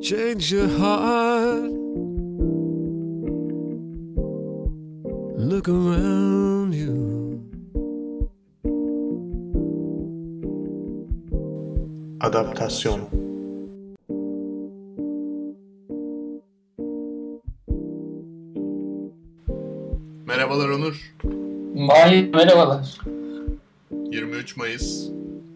change your heart. Look around you. Adaptasyon. Merhabalar Onur. Mahir, merhabalar. 23 Mayıs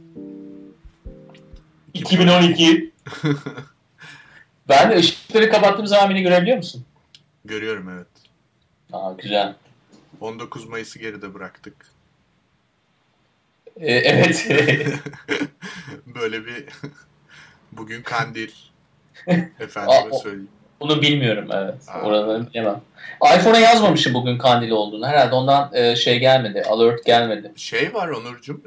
2012. Ben de ışıkları kapattığım zaman beni görebiliyor musun? Görüyorum, evet. Güzel. 19 Mayıs'ı geride bıraktık. Evet. Böyle bir bugün Kandil. Efendime söyleyeyim. Bunu bilmiyorum, evet. Oraları bilemem. iPhone'a yazmamışım bugün kandili olduğunu. Herhalde ondan şey gelmedi. Alert gelmedi. Şey var Onurcuğum.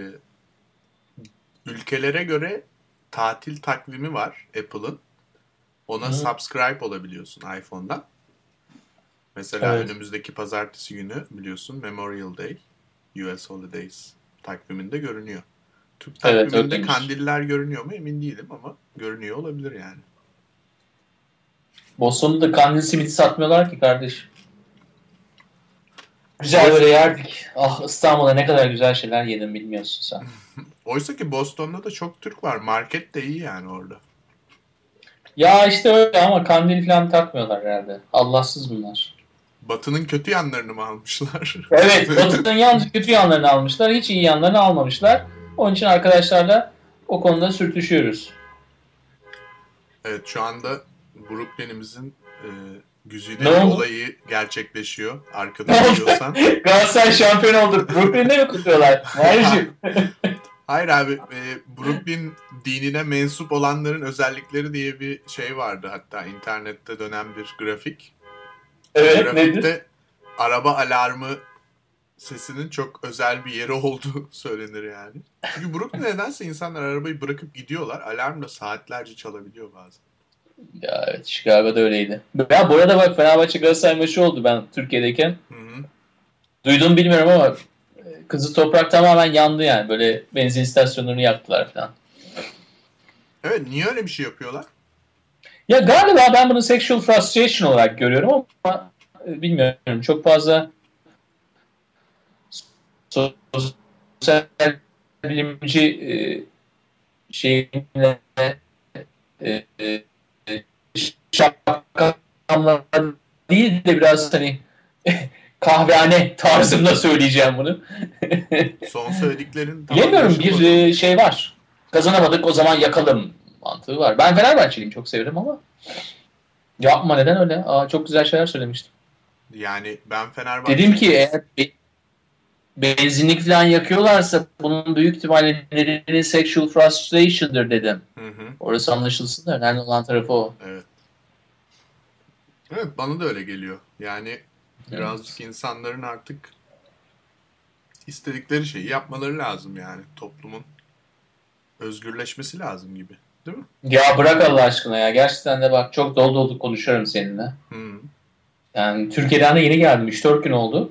Ülkelere göre tatil takvimi var Apple'ın. Ona subscribe olabiliyorsun iPhone'dan. Mesela Evet. önümüzdeki pazartesi günü biliyorsun Memorial Day, US Holidays takviminde görünüyor. Türk takviminde öyleymiş. kandiller görünüyor mu emin değilim ama görünüyor olabilir yani. Boston'da kandil simiti satmıyorlar ki kardeş. Güzel böyle yerdik. İstanbul'da ne kadar güzel şeyler yedim bilmiyorsun sen. Oysa ki Boston'da da çok Türk var. Market de iyi yani orada. Ya işte öyle ama kandil falan takmıyorlar herhalde. Allahsız bunlar. Batı'nın kötü yanlarını mı almışlar? Evet, Batı'nın kötü yanlarını almışlar. Hiç iyi yanlarını almamışlar. Onun için arkadaşlarla o konuda sürtüşüyoruz. Evet, şu anda Brooklyn'imizin güzide olayı gerçekleşiyor. Arkada biliyorsan. Galatasaray şampiyon oldu. Brooklyn'de mi kutluyorlar? Mahir'cim. Hayır abi, Brooklyn dinine mensup olanların özellikleri diye bir şey vardı, hatta internette dönen bir grafik. Evet, Grafikte nedir? araba alarmı sesinin çok özel bir yeri olduğu söylenir yani. Çünkü Brooklyn'de nedense insanlar arabayı bırakıp gidiyorlar. Alarm da saatlerce çalabiliyor bazen. Ya evet, Chicago'da öyleydi. Ya bu arada bak, Fenerbahçe Galatasaray maçı oldu ben Türkiye'deyken. Hı-hı. Duydum bilmiyorum ama Kızıl Toprak tamamen yandı yani. Böyle benzin istasyonlarını yaktılar falan. Evet, niye öyle bir şey yapıyorlar? Ya galiba ben bunu sexual frustration olarak görüyorum ama bilmiyorum. Çok fazla sosyal bilimci şeyinle şapkamla değil de biraz hani kahvehane tarzında söyleyeceğim bunu. Son söylediklerin tam Bilemiyorum, bir anlaşılmadı. şey var. Kazanamadık, o zaman yakalım mantığı var. Ben Fenerbahçeliyim, çok severim ama yapma, neden öyle? Çok güzel şeyler söylemiştim. Yani ben Dedim ki Fenerbahçe'nin... eğer benzinlik falan yakıyorlarsa bunun büyük ihtimalle nedeni sexual frustration'dır dedim. Hı-hı. Orası anlaşılsın da önemli olan tarafı o. Evet. Evet, bana da öyle geliyor. Yani birazcık Evet. insanların artık istedikleri şeyi yapmaları lazım yani. Toplumun özgürleşmesi lazım gibi. Değil mi? Ya bırak Allah aşkına ya. Gerçekten de bak, çok dolu dolu konuşuyorum seninle. Hı. Yani Türkiye'den de yeni geldim. 3-4 gün oldu.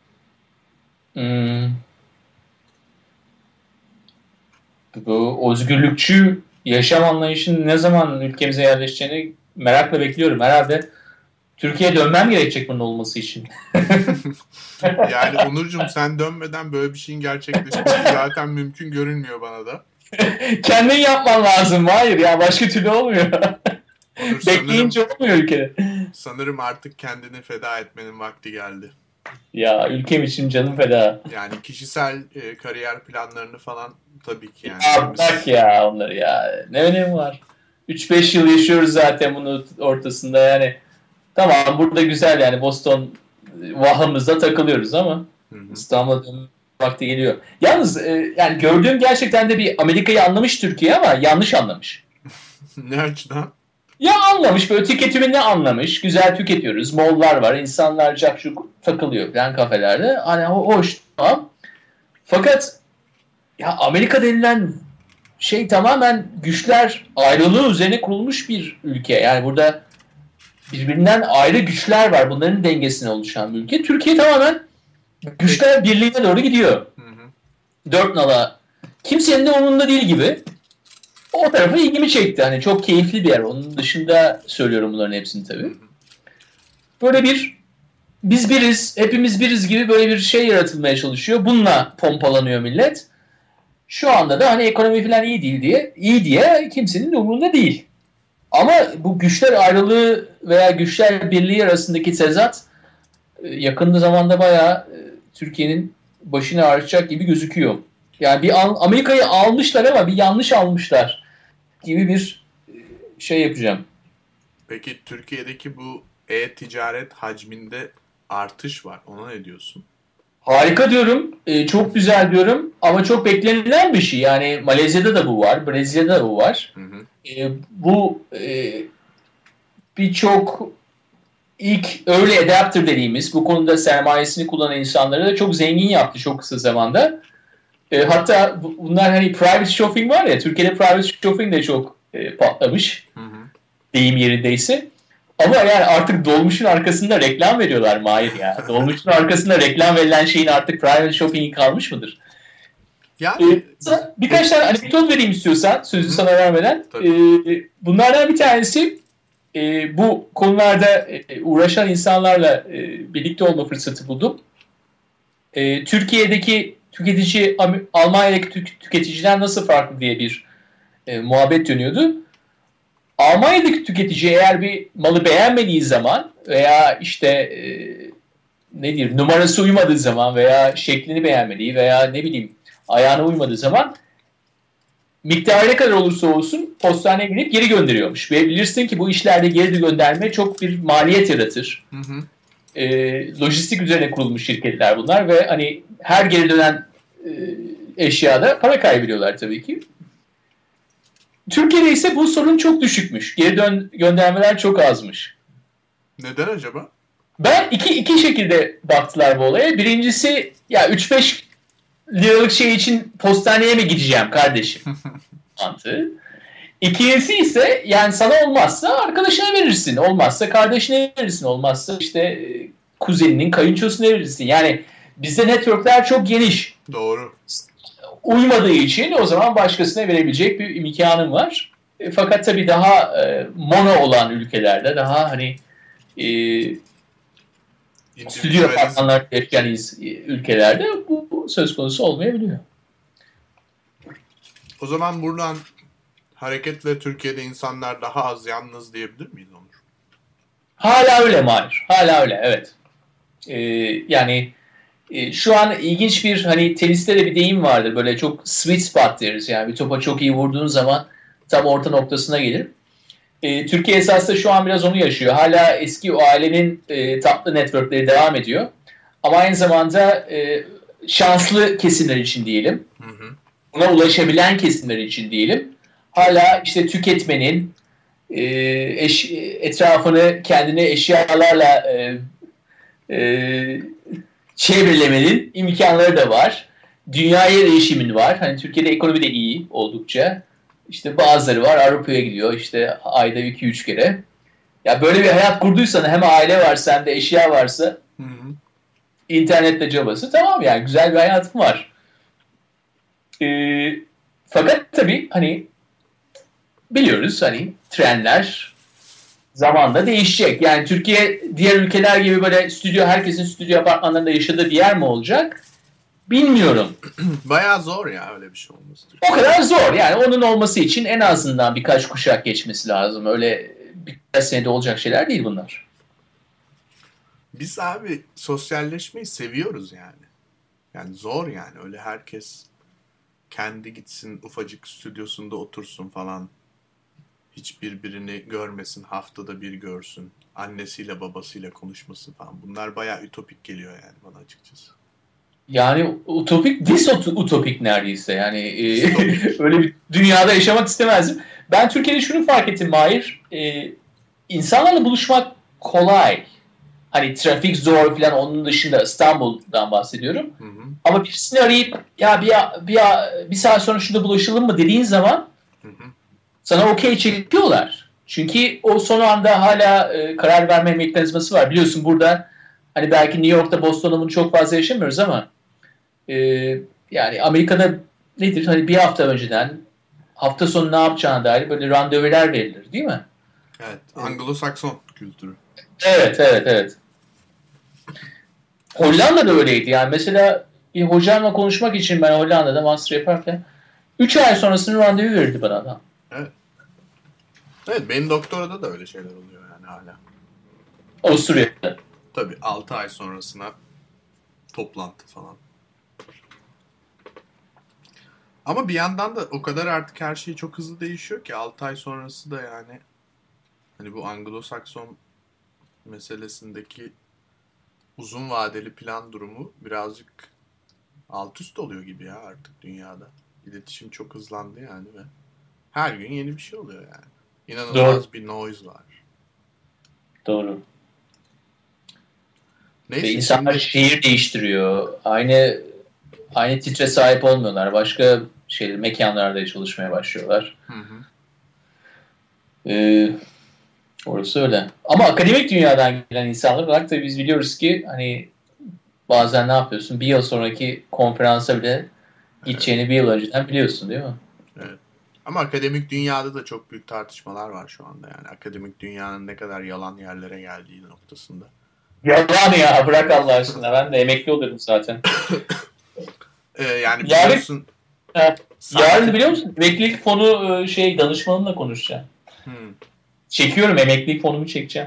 Bu özgürlükçü yaşam anlayışının ne zaman ülkemize yerleşeceğini merakla bekliyorum. Herhalde Türkiye'ye dönmem gerekecek bunun olması için. Yani Onurcuğum, sen dönmeden böyle bir şeyin gerçekleşmesi zaten mümkün görünmüyor bana da. Kendin yapman lazım. Hayır ya, başka türlü olmuyor. Onur, Bekleyince olmuyor ülkede. sanırım artık kendini feda etmenin vakti geldi. Ya ülkem için canım feda. Yani kişisel kariyer planlarını falan tabii ki yani. Ya bırak ya onları ya. Ne önemi var? 3-5 yıl yaşıyoruz zaten bunun ortasında yani. Tamam, burada güzel yani, Boston vahımızda takılıyoruz ama Hı-hı. İstanbul'a dönme vakti geliyor. Yalnız yani gördüğüm gerçekten de bir Amerika'yı anlamış Türkiye ama yanlış anlamış. Ne açıdan? Ya anlamış, böyle tüketimini anlamış. Güzel tüketiyoruz. Mollar var. İnsanlar cakçuk takılıyor falan kafelerde. Hani hoş, tamam. Fakat ya Amerika denilen şey tamamen güçler ayrılığı üzerine kurulmuş bir ülke. Yani burada birbirinden ayrı güçler var. Bunların dengesine oluşan bir ülke. Türkiye tamamen güçler birliğine doğru gidiyor. Hı-hı. Dört nala. Kimsenin de umurunda değil gibi. O tarafı ilgimi çekti. Hani çok keyifli bir yer. Onun dışında söylüyorum bunların hepsini tabii. Böyle bir biz biriz, hepimiz biriz gibi böyle bir şey yaratılmaya çalışıyor. Bununla pompalanıyor millet. Şu anda da hani ekonomi falan iyi diye kimsenin umurunda değil. Ama bu güçler ayrılığı veya güçler birliği arasındaki tezat yakın zamanda bayağı Türkiye'nin başını ağrıtacak gibi gözüküyor. Yani bir Amerika'yı almışlar ama bir yanlış almışlar gibi bir şey yapacağım. Peki Türkiye'deki bu e-ticaret hacminde artış var. Ona ne diyorsun? Harika diyorum, çok güzel diyorum ama çok beklenilen bir şey. Yani Malezya'da da bu var, Brezilya'da da bu var. Hı hı. Bu birçok ilk early adapter dediğimiz bu konuda sermayesini kullanan insanları da çok zengin yaptı çok kısa zamanda. Hatta bunlar hani private shopping var ya, Türkiye'de private shopping de çok patlamış. Hı hı. Deyim yerindeyse. Ama yani artık dolmuşun arkasında reklam veriyorlar Mahir ya. Dolmuşun arkasında reklam verilen şeyin artık private shopping'i kalmış mıdır? Yani Birkaç tane anekdot vereyim istiyorsan sözü sana vermeden. Bunlardan bir tanesi bu konularda uğraşan insanlarla birlikte olma fırsatı buldum. Türkiye'deki tüketici Almanya'daki tüketiciden nasıl farklı diye bir muhabbet dönüyordu. Almanya'daki tüketici eğer bir malı beğenmediği zaman veya işte numarası uymadığı zaman veya şeklini beğenmediği veya ne bileyim ayağına uymadığı zaman miktarı ne kadar olursa olsun postaneye gidip geri gönderiyormuş. Ve bilirsin ki bu işlerde geri gönderme çok bir maliyet yaratır. hı hı. Lojistik üzerine kurulmuş şirketler bunlar ve hani her geri dönen eşyada para kaybediyorlar tabii ki. Türkiye'de ise bu sorun çok düşükmüş. Geri göndermeler çok azmış. Neden acaba? Ben iki şekilde baktılar bu olaya. Birincisi ya 3-5 liralık şey için postaneye mi gideceğim kardeşim? Mantığı. İkincisi ise yani sana olmazsa arkadaşına verirsin. Olmazsa kardeşine verirsin. Olmazsa işte kuzeninin kayınçosuna verirsin. Yani bizde networkler çok geniş. Doğru. Uymadığı için o zaman başkasına verebilecek bir imkanım var. Fakat tabii daha mono olan ülkelerde daha hani stüdyo apartmanlar yaşayan ülkelerde bu söz konusu olmayabiliyor. O zaman buradan hareketle Türkiye'de insanlar daha az yalnız diyebilir miyiz Onur? Hala öyle Mahir. Hala öyle evet. Yani şu an ilginç bir hani teniste de bir deyim vardır. Böyle çok sweet spot deriz. Yani bir topa çok iyi vurduğun zaman tam orta noktasına gelir. Türkiye esasında şu an biraz onu yaşıyor. Hala eski o ailenin tatlı networkleri devam ediyor. Ama aynı zamanda şanslı kesimler için diyelim. Hı hı. Buna ulaşabilen kesimler için diyelim. Hala işte tüketmenin etrafını kendine eşyalarla çevrelemenin imkanları da var. Dünyaya erişimin var. Hani Türkiye'de ekonomi de iyi oldukça. İşte bazıları var Avrupa'ya gidiyor işte ayda 2-3 kere. Ya böyle bir hayat kurduysan hem aile varsa hem de eşya varsa Hı hı. internetle cabası tamam yani güzel bir hayatım var. Fakat tabii hani biliyoruz hani trendler zamanla değişecek. Yani Türkiye diğer ülkeler gibi böyle herkesin stüdyo apartmanlarında yaşadığı bir yer mi olacak? Bilmiyorum. Bayağı zor ya öyle bir şey olması. O kadar zor. Yani onun olması için en azından birkaç kuşak geçmesi lazım. Öyle birkaç senede olacak şeyler değil bunlar. Biz abi sosyalleşmeyi seviyoruz yani. Yani zor yani. Öyle herkes kendi gitsin ufacık stüdyosunda otursun falan. Hiç birbirini görmesin. Haftada bir görsün. Annesiyle babasıyla konuşmasın falan. Bunlar bayağı ütopik geliyor yani bana açıkçası. Yani utopik, distopik neredeyse. Yani öyle bir dünyada yaşamak istemezdim. Ben Türkiye'de şunu fark ettim Mahir. İnsanlarla buluşmak kolay. Hani trafik zor falan onun dışında İstanbul'dan bahsediyorum. Hı hı. Ama birisini arayıp ya bir saat sonra şurada buluşalım mı dediğin zaman Hı hı. sana okey çekiyorlar. Çünkü o son anda hala karar verme mekanizması var. Biliyorsun burada hani belki New York'ta Boston'da bunu çok fazla yaşamıyoruz ama yani Amerika'da nedir? Hani bir hafta önceden hafta sonu ne yapacağına dair böyle randevular verilir değil mi? Evet. Anglo-Sakson kültürü. Evet. Hollanda'da öyleydi yani. Mesela bir hocamla konuşmak için ben Hollanda'da master yaparken 3 ay sonrasını randevu verirdi bana adam. Evet. Evet, benim doktorada da öyle şeyler oluyor yani hala. Avusturya'da. Tabii 6 ay sonrasına toplantı falan. Ama bir yandan da o kadar artık her şey çok hızlı değişiyor ki 6 ay sonrası da yani hani bu Anglo-Sakson meselesindeki uzun vadeli plan durumu birazcık alt üst oluyor gibi ya artık dünyada. İletişim çok hızlandı yani ve her gün yeni bir şey oluyor yani. İnanılmaz bir noise var. Doğru. Ve Neyse insanlar şimdi şehir değiştiriyor. Aynı titre sahip olmuyorlar. Başka mekanlarda çalışmaya başlıyorlar. hı hı. Ee, Orası öyle. Ama akademik dünyadan gelen insanlar olarak tabii biz biliyoruz ki hani bazen ne yapıyorsun? Bir yıl sonraki konferansa bile gideceğini bir yıl önceden biliyorsun değil mi? Evet. Ama akademik dünyada da çok büyük tartışmalar var şu anda yani. Akademik dünyanın ne kadar yalan yerlere geldiği noktasında. Yalan ya bırak Allah aşkına. Ben de emekli olurum zaten. Yani Yarın, biliyorsun yarın biliyor musun? Emeklilik fonu danışmanımla konuşacağım. Çekiyorum, emeklilik fonumu çekeceğim.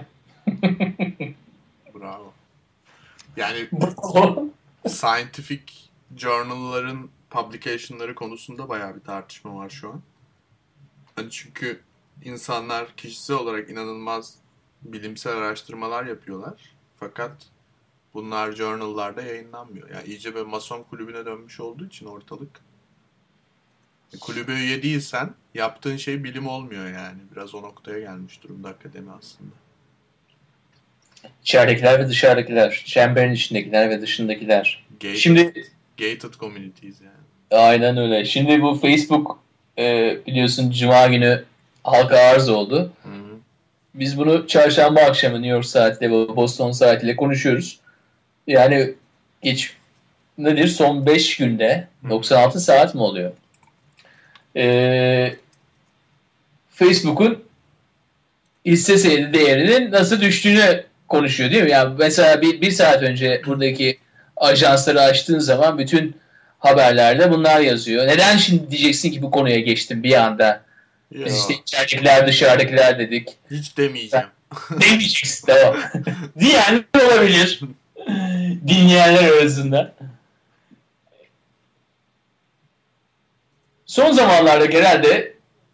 Bravo. Yani scientific journal'ların publication'ları konusunda bayağı bir tartışma var şu an. Hani çünkü insanlar kişisel olarak inanılmaz bilimsel araştırmalar yapıyorlar. Fakat bunlar journal'larda yayınlanmıyor. Yani iyice bir mason kulübüne dönmüş olduğu için ortalık. Kulübe üye değilsen yaptığın şey bilim olmuyor yani. Biraz o noktaya gelmiş durumda akademi aslında. İçeridekiler ve dışarıdakiler. Çemberin içindekiler ve dışındakiler. Gated communities yani. Aynen öyle. Şimdi bu Facebook biliyorsun Cuma günü halka arz oldu. Hı hı. Biz bunu çarşamba akşamı New York saatiyle ve Boston saatiyle konuşuyoruz. Yani nedir? Son 5 günde 96 saat mi oluyor? Facebook'un hisse senedi değerinin nasıl düştüğünü konuşuyor değil mi? Yani mesela bir saat önce buradaki ajansları açtığın zaman bütün haberlerde bunlar yazıyor. Neden şimdi diyeceksin ki bu konuya geçtim bir anda? Biz işte içeridekiler dışarıdakiler dedik. Hiç demeyeceğim. Demeyeceksin tamam. Diyen olabilir. Dinleyenler arasında. Son zamanlarda genelde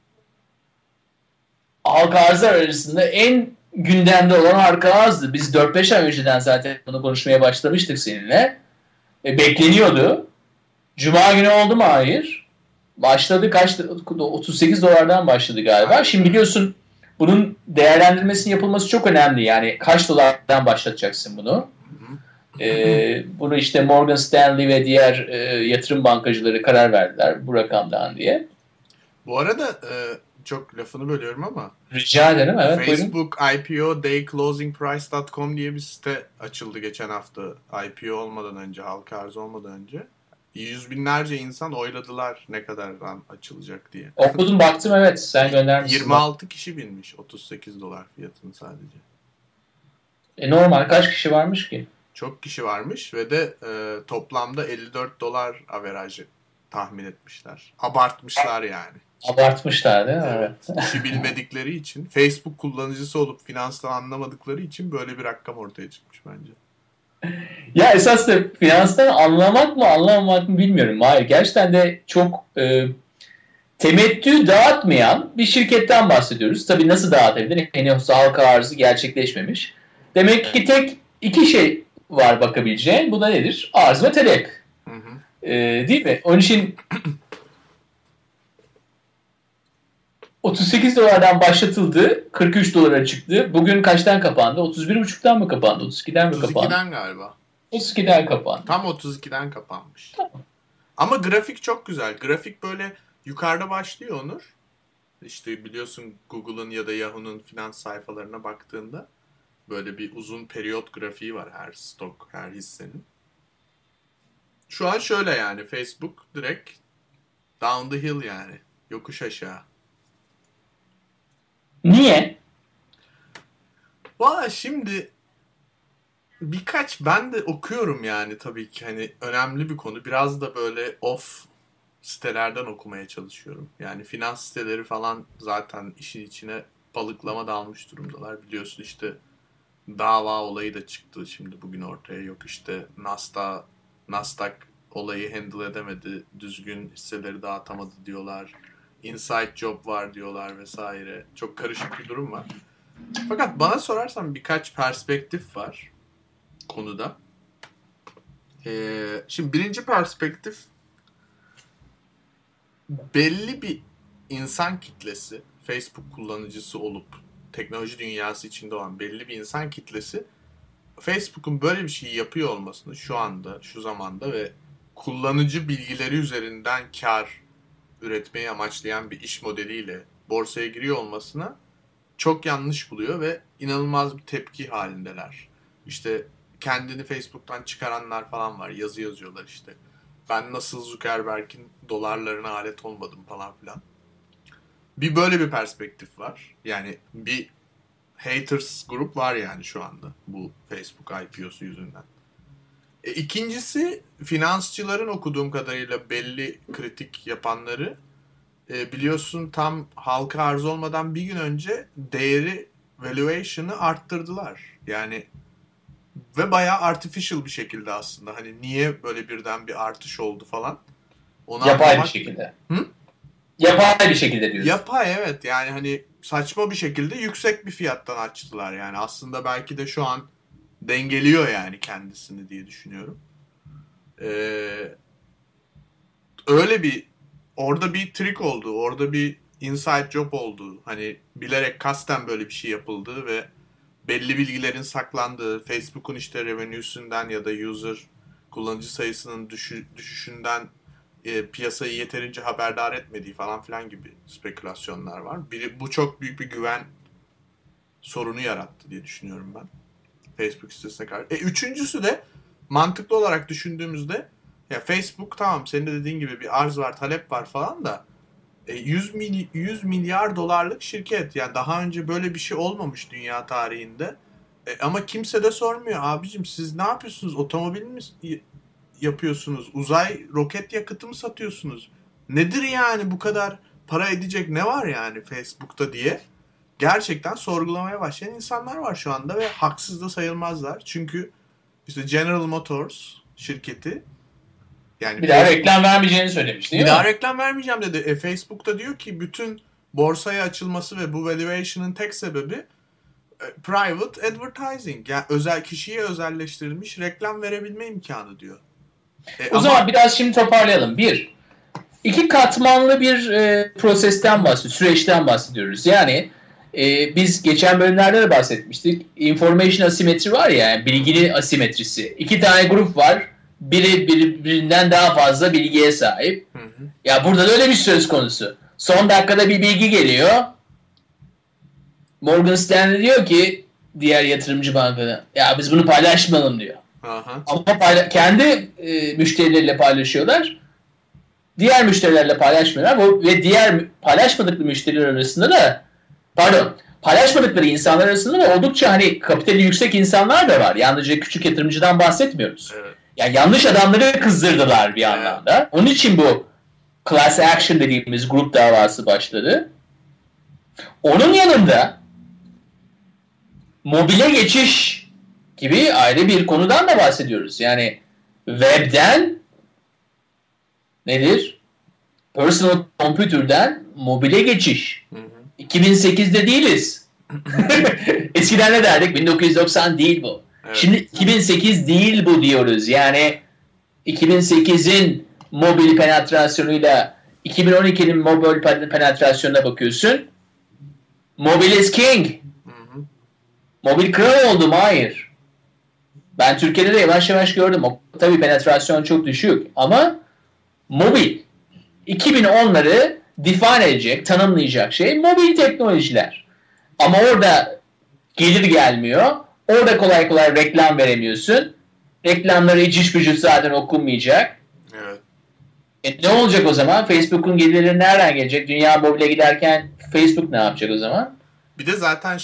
halka arzlar arasında en gündemde olan halka arzdı. Biz 4-5 ay önceden zaten bunu konuşmaya başlamıştık seninle. Bekleniyordu. Cuma günü oldu mu? Hayır. Başladı kaçtı? 38 dolardan başladı galiba. Aynen. Şimdi biliyorsun bunun değerlendirmesinin yapılması çok önemli. Yani kaç dolardan başlatacaksın bunu? Bunu işte Morgan Stanley ve diğer yatırım bankacıları karar verdiler bu rakamdan diye. Bu arada çok lafını bölüyorum ama Rica ederim. Evet, Facebook buyurun. IPO dayclosingprice.com diye bir site açıldı geçen hafta. IPO olmadan önce, halka arz olmadan önce. Yüz binlerce insan oyladılar ne kadardan açılacak diye. Okudum baktım evet. Sen göndermişsin. 26 kişi binmiş 38 dolar fiyatını sadece. Normal kaç kişi varmış ki? Çok kişi varmış ve de toplamda 54 dolar averajı tahmin etmişler. Abartmışlar yani. Abartmışlar değil mi? Evet. İşi bilmedikleri için, Facebook kullanıcısı olup finanstan anlamadıkları için böyle bir rakam ortaya çıkmış bence. Ya esas da finanstan anlamak mı anlamamak mı bilmiyorum. Hayır gerçekten de çok temettü dağıtmayan bir şirketten bahsediyoruz. Tabii nasıl dağıtabilir? Henüz halka arzı gerçekleşmemiş. Demek ki tek iki şey var bakabileceğin. Bu da nedir? Arz ve talep. Değil mi? Onun için 38 dolardan başlatıldı. 43 dolara çıktı. Bugün kaçtan kapandı? 31,5'tan mı kapandı? 32'den mi kapandı? 32'den galiba. 32'den kapandı. Tam 32'den kapanmış. Tamam. Ama grafik çok güzel. Grafik böyle yukarıda başlıyor Onur. İşte biliyorsun Google'ın ya da Yahoo'nun finans sayfalarına baktığında böyle bir uzun periyot grafiği var her stok, her hissenin. Şu an şöyle yani Facebook direkt down the hill yani. Yokuş aşağı. Niye? Valla şimdi ben de okuyorum yani tabii ki hani önemli bir konu. Biraz da böyle off sitelerden okumaya çalışıyorum. Yani finans siteleri falan zaten işin içine balıklama dalmış durumdalar. Biliyorsun işte dava olayı da çıktı şimdi bugün ortaya. Yok işte Nasdaq olayı handle edemedi. Düzgün hisseleri dağıtamadı diyorlar. Inside job var diyorlar vesaire. Çok karışık bir durum var. Fakat bana sorarsan birkaç perspektif var konuda. Şimdi birinci perspektif belli bir insan kitlesi, Facebook kullanıcısı olup teknoloji dünyası içinde olan belli bir insan kitlesi Facebook'un böyle bir şeyi yapıyor olmasını şu anda, şu zamanda ve kullanıcı bilgileri üzerinden kar üretmeyi amaçlayan bir iş modeliyle borsaya giriyor olmasına çok yanlış buluyor ve inanılmaz bir tepki halindeler. İşte kendini Facebook'tan çıkaranlar falan var. Yazı yazıyorlar işte. Ben nasıl Zuckerberg'in dolarlarına alet olmadım falan filan. Böyle bir perspektif var. Yani bir haters grup var yani şu anda bu Facebook IPO'su yüzünden. İkincisi finansçıların okuduğum kadarıyla belli kritik yapanları biliyorsun tam halka arz olmadan bir gün önce değeri valuation'ı arttırdılar. Yani ve bayağı artificial bir şekilde aslında. Hani niye böyle birden bir artış oldu falan. Onu Yapay anlamak... bir şekilde. Hı? Yapay bir şekilde diyorsun. Yapay evet. Yani hani saçma bir şekilde yüksek bir fiyattan açtılar yani. Aslında belki de şu an dengeliyor yani kendisini diye düşünüyorum. Öyle orada bir trik oldu. Orada bir inside job oldu. Hani bilerek kasten böyle bir şey yapıldı ve belli bilgilerin saklandığı, Facebook'un işte revenue'sünden ya da user kullanıcı sayısının düşüşünden piyasayı yeterince haberdar etmediği falan filan gibi spekülasyonlar var. Bu çok büyük bir güven sorunu yarattı diye düşünüyorum ben. Facebook sitesine karşı. Üçüncüsü de mantıklı olarak düşündüğümüzde ya Facebook tamam senin de dediğin gibi bir arz var, talep var falan da 100 milyar dolarlık şirket. Yani daha önce böyle bir şey olmamış dünya tarihinde. Ama kimse de sormuyor. Abicim siz ne yapıyorsunuz? Otomobil mi yapıyorsunuz? Uzay roket yakıtı mı satıyorsunuz? Nedir yani bu kadar para edecek ne var yani Facebook'ta diye gerçekten sorgulamaya başlayan insanlar var şu anda ve haksız da sayılmazlar. Çünkü işte General Motors şirketi yani bir daha reklam vermeyeceğini söylemiş değil mi? Bir daha reklam vermeyeceğim dedi. Facebook'ta diyor ki bütün borsaya açılması ve bu valuation'ın tek sebebi private advertising. Yani kişiye özelleştirilmiş reklam verebilme imkanı diyor. O zaman biraz şimdi toparlayalım. İki katmanlı bir prosesten bahsediyoruz, süreçten bahsediyoruz. Yani biz geçen bölümlerde de bahsetmiştik. Information asimetri var ya, yani bilginin asimetrisi. İki tane grup var. Biri birbirinden daha fazla bilgiye sahip. Hı. Ya burada da öyle bir söz konusu. Son dakikada bir bilgi geliyor. Morgan Stanley diyor ki diğer yatırımcı bankada ya biz bunu paylaşmayalım diyor. Aha. Ama kendi müşterileriyle paylaşıyorlar. Diğer müşterilerle paylaşmıyorlar. Ve diğer paylaşmadıkları müşteriler arasında da paylaşmadıkları insanlar arasında da oldukça hani kapitali yüksek insanlar da var. Yalnızca küçük yatırımcıdan bahsetmiyoruz. Evet. Yani yanlış adamları kızdırdılar bir anlamda. Onun için bu class action dediğimiz grup davası başladı. Onun yanında mobile geçiş gibi ayrı bir konudan da bahsediyoruz. Yani webden nedir? Personal computer'den mobile geçiş. Hı hı. 2008'de değiliz. Eskiden ne derdik? 1990 değil bu. Evet. Şimdi 2008 değil bu diyoruz. Yani 2008'in mobil penetrasyonuyla 2012'nin mobil penetrasyonuna bakıyorsun. Mobile is king. Hı hı. Mobil kral oldu mu? Hayır. Ben Türkiye'de de yavaş yavaş gördüm. Tabii penetrasyon çok düşük. Ama mobil 2010'ları define edecek, tanımlayacak şey mobil teknolojiler. Ama orada gelir gelmiyor. Orada kolay kolay reklam veremiyorsun. Reklamları hiç zaten okunmayacak. Evet. Ne olacak o zaman? Facebook'un gelirleri nereden gelecek? Dünya mobile giderken Facebook ne yapacak o zaman? Bir de zaten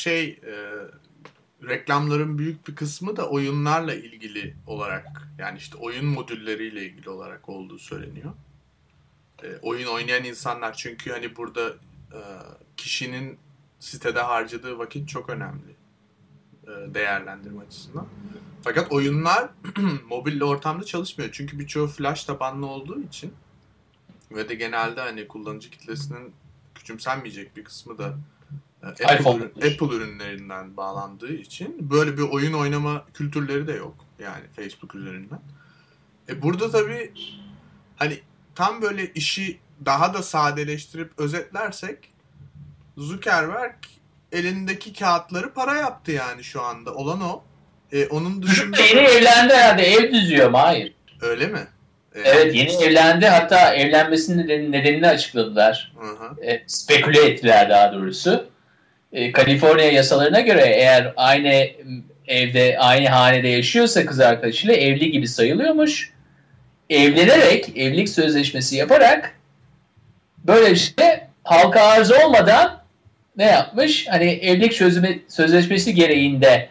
reklamların büyük bir kısmı da oyunlarla ilgili olarak, yani işte oyun modülleriyle ilgili olarak olduğu söyleniyor. Oyun oynayan insanlar, çünkü hani burada kişinin sitede harcadığı vakit çok önemli değerlendirme açısından. Fakat oyunlar mobil ortamda çalışmıyor. Çünkü birçoğu flash tabanlı olduğu için ve de genelde hani kullanıcı kitlesinin küçümsenmeyecek bir kısmı da Apple ürünlerinden bağlandığı için böyle bir oyun oynama kültürleri de yok. Yani Facebook üzerinden. Burada tabii hani tam böyle işi daha da sadeleştirip özetlersek, Zuckerberg elindeki kağıtları para yaptı yani şu anda. Olan o. Onun dışında... Yeni evlendi herhalde. Ev düzüyor mu? Hayır. Öyle mi? Evet, yeni evlendi. Hatta evlenmesinin nedenini açıkladılar. Speküle ettiler daha doğrusu. Kaliforniya yasalarına göre eğer aynı evde, aynı hanede yaşıyorsa kız arkadaşıyla evli gibi sayılıyormuş. Evlenerek, evlilik sözleşmesi yaparak böylece halka arz olmadan ne yapmış? Hani evlilik sözleşmesi gereğinde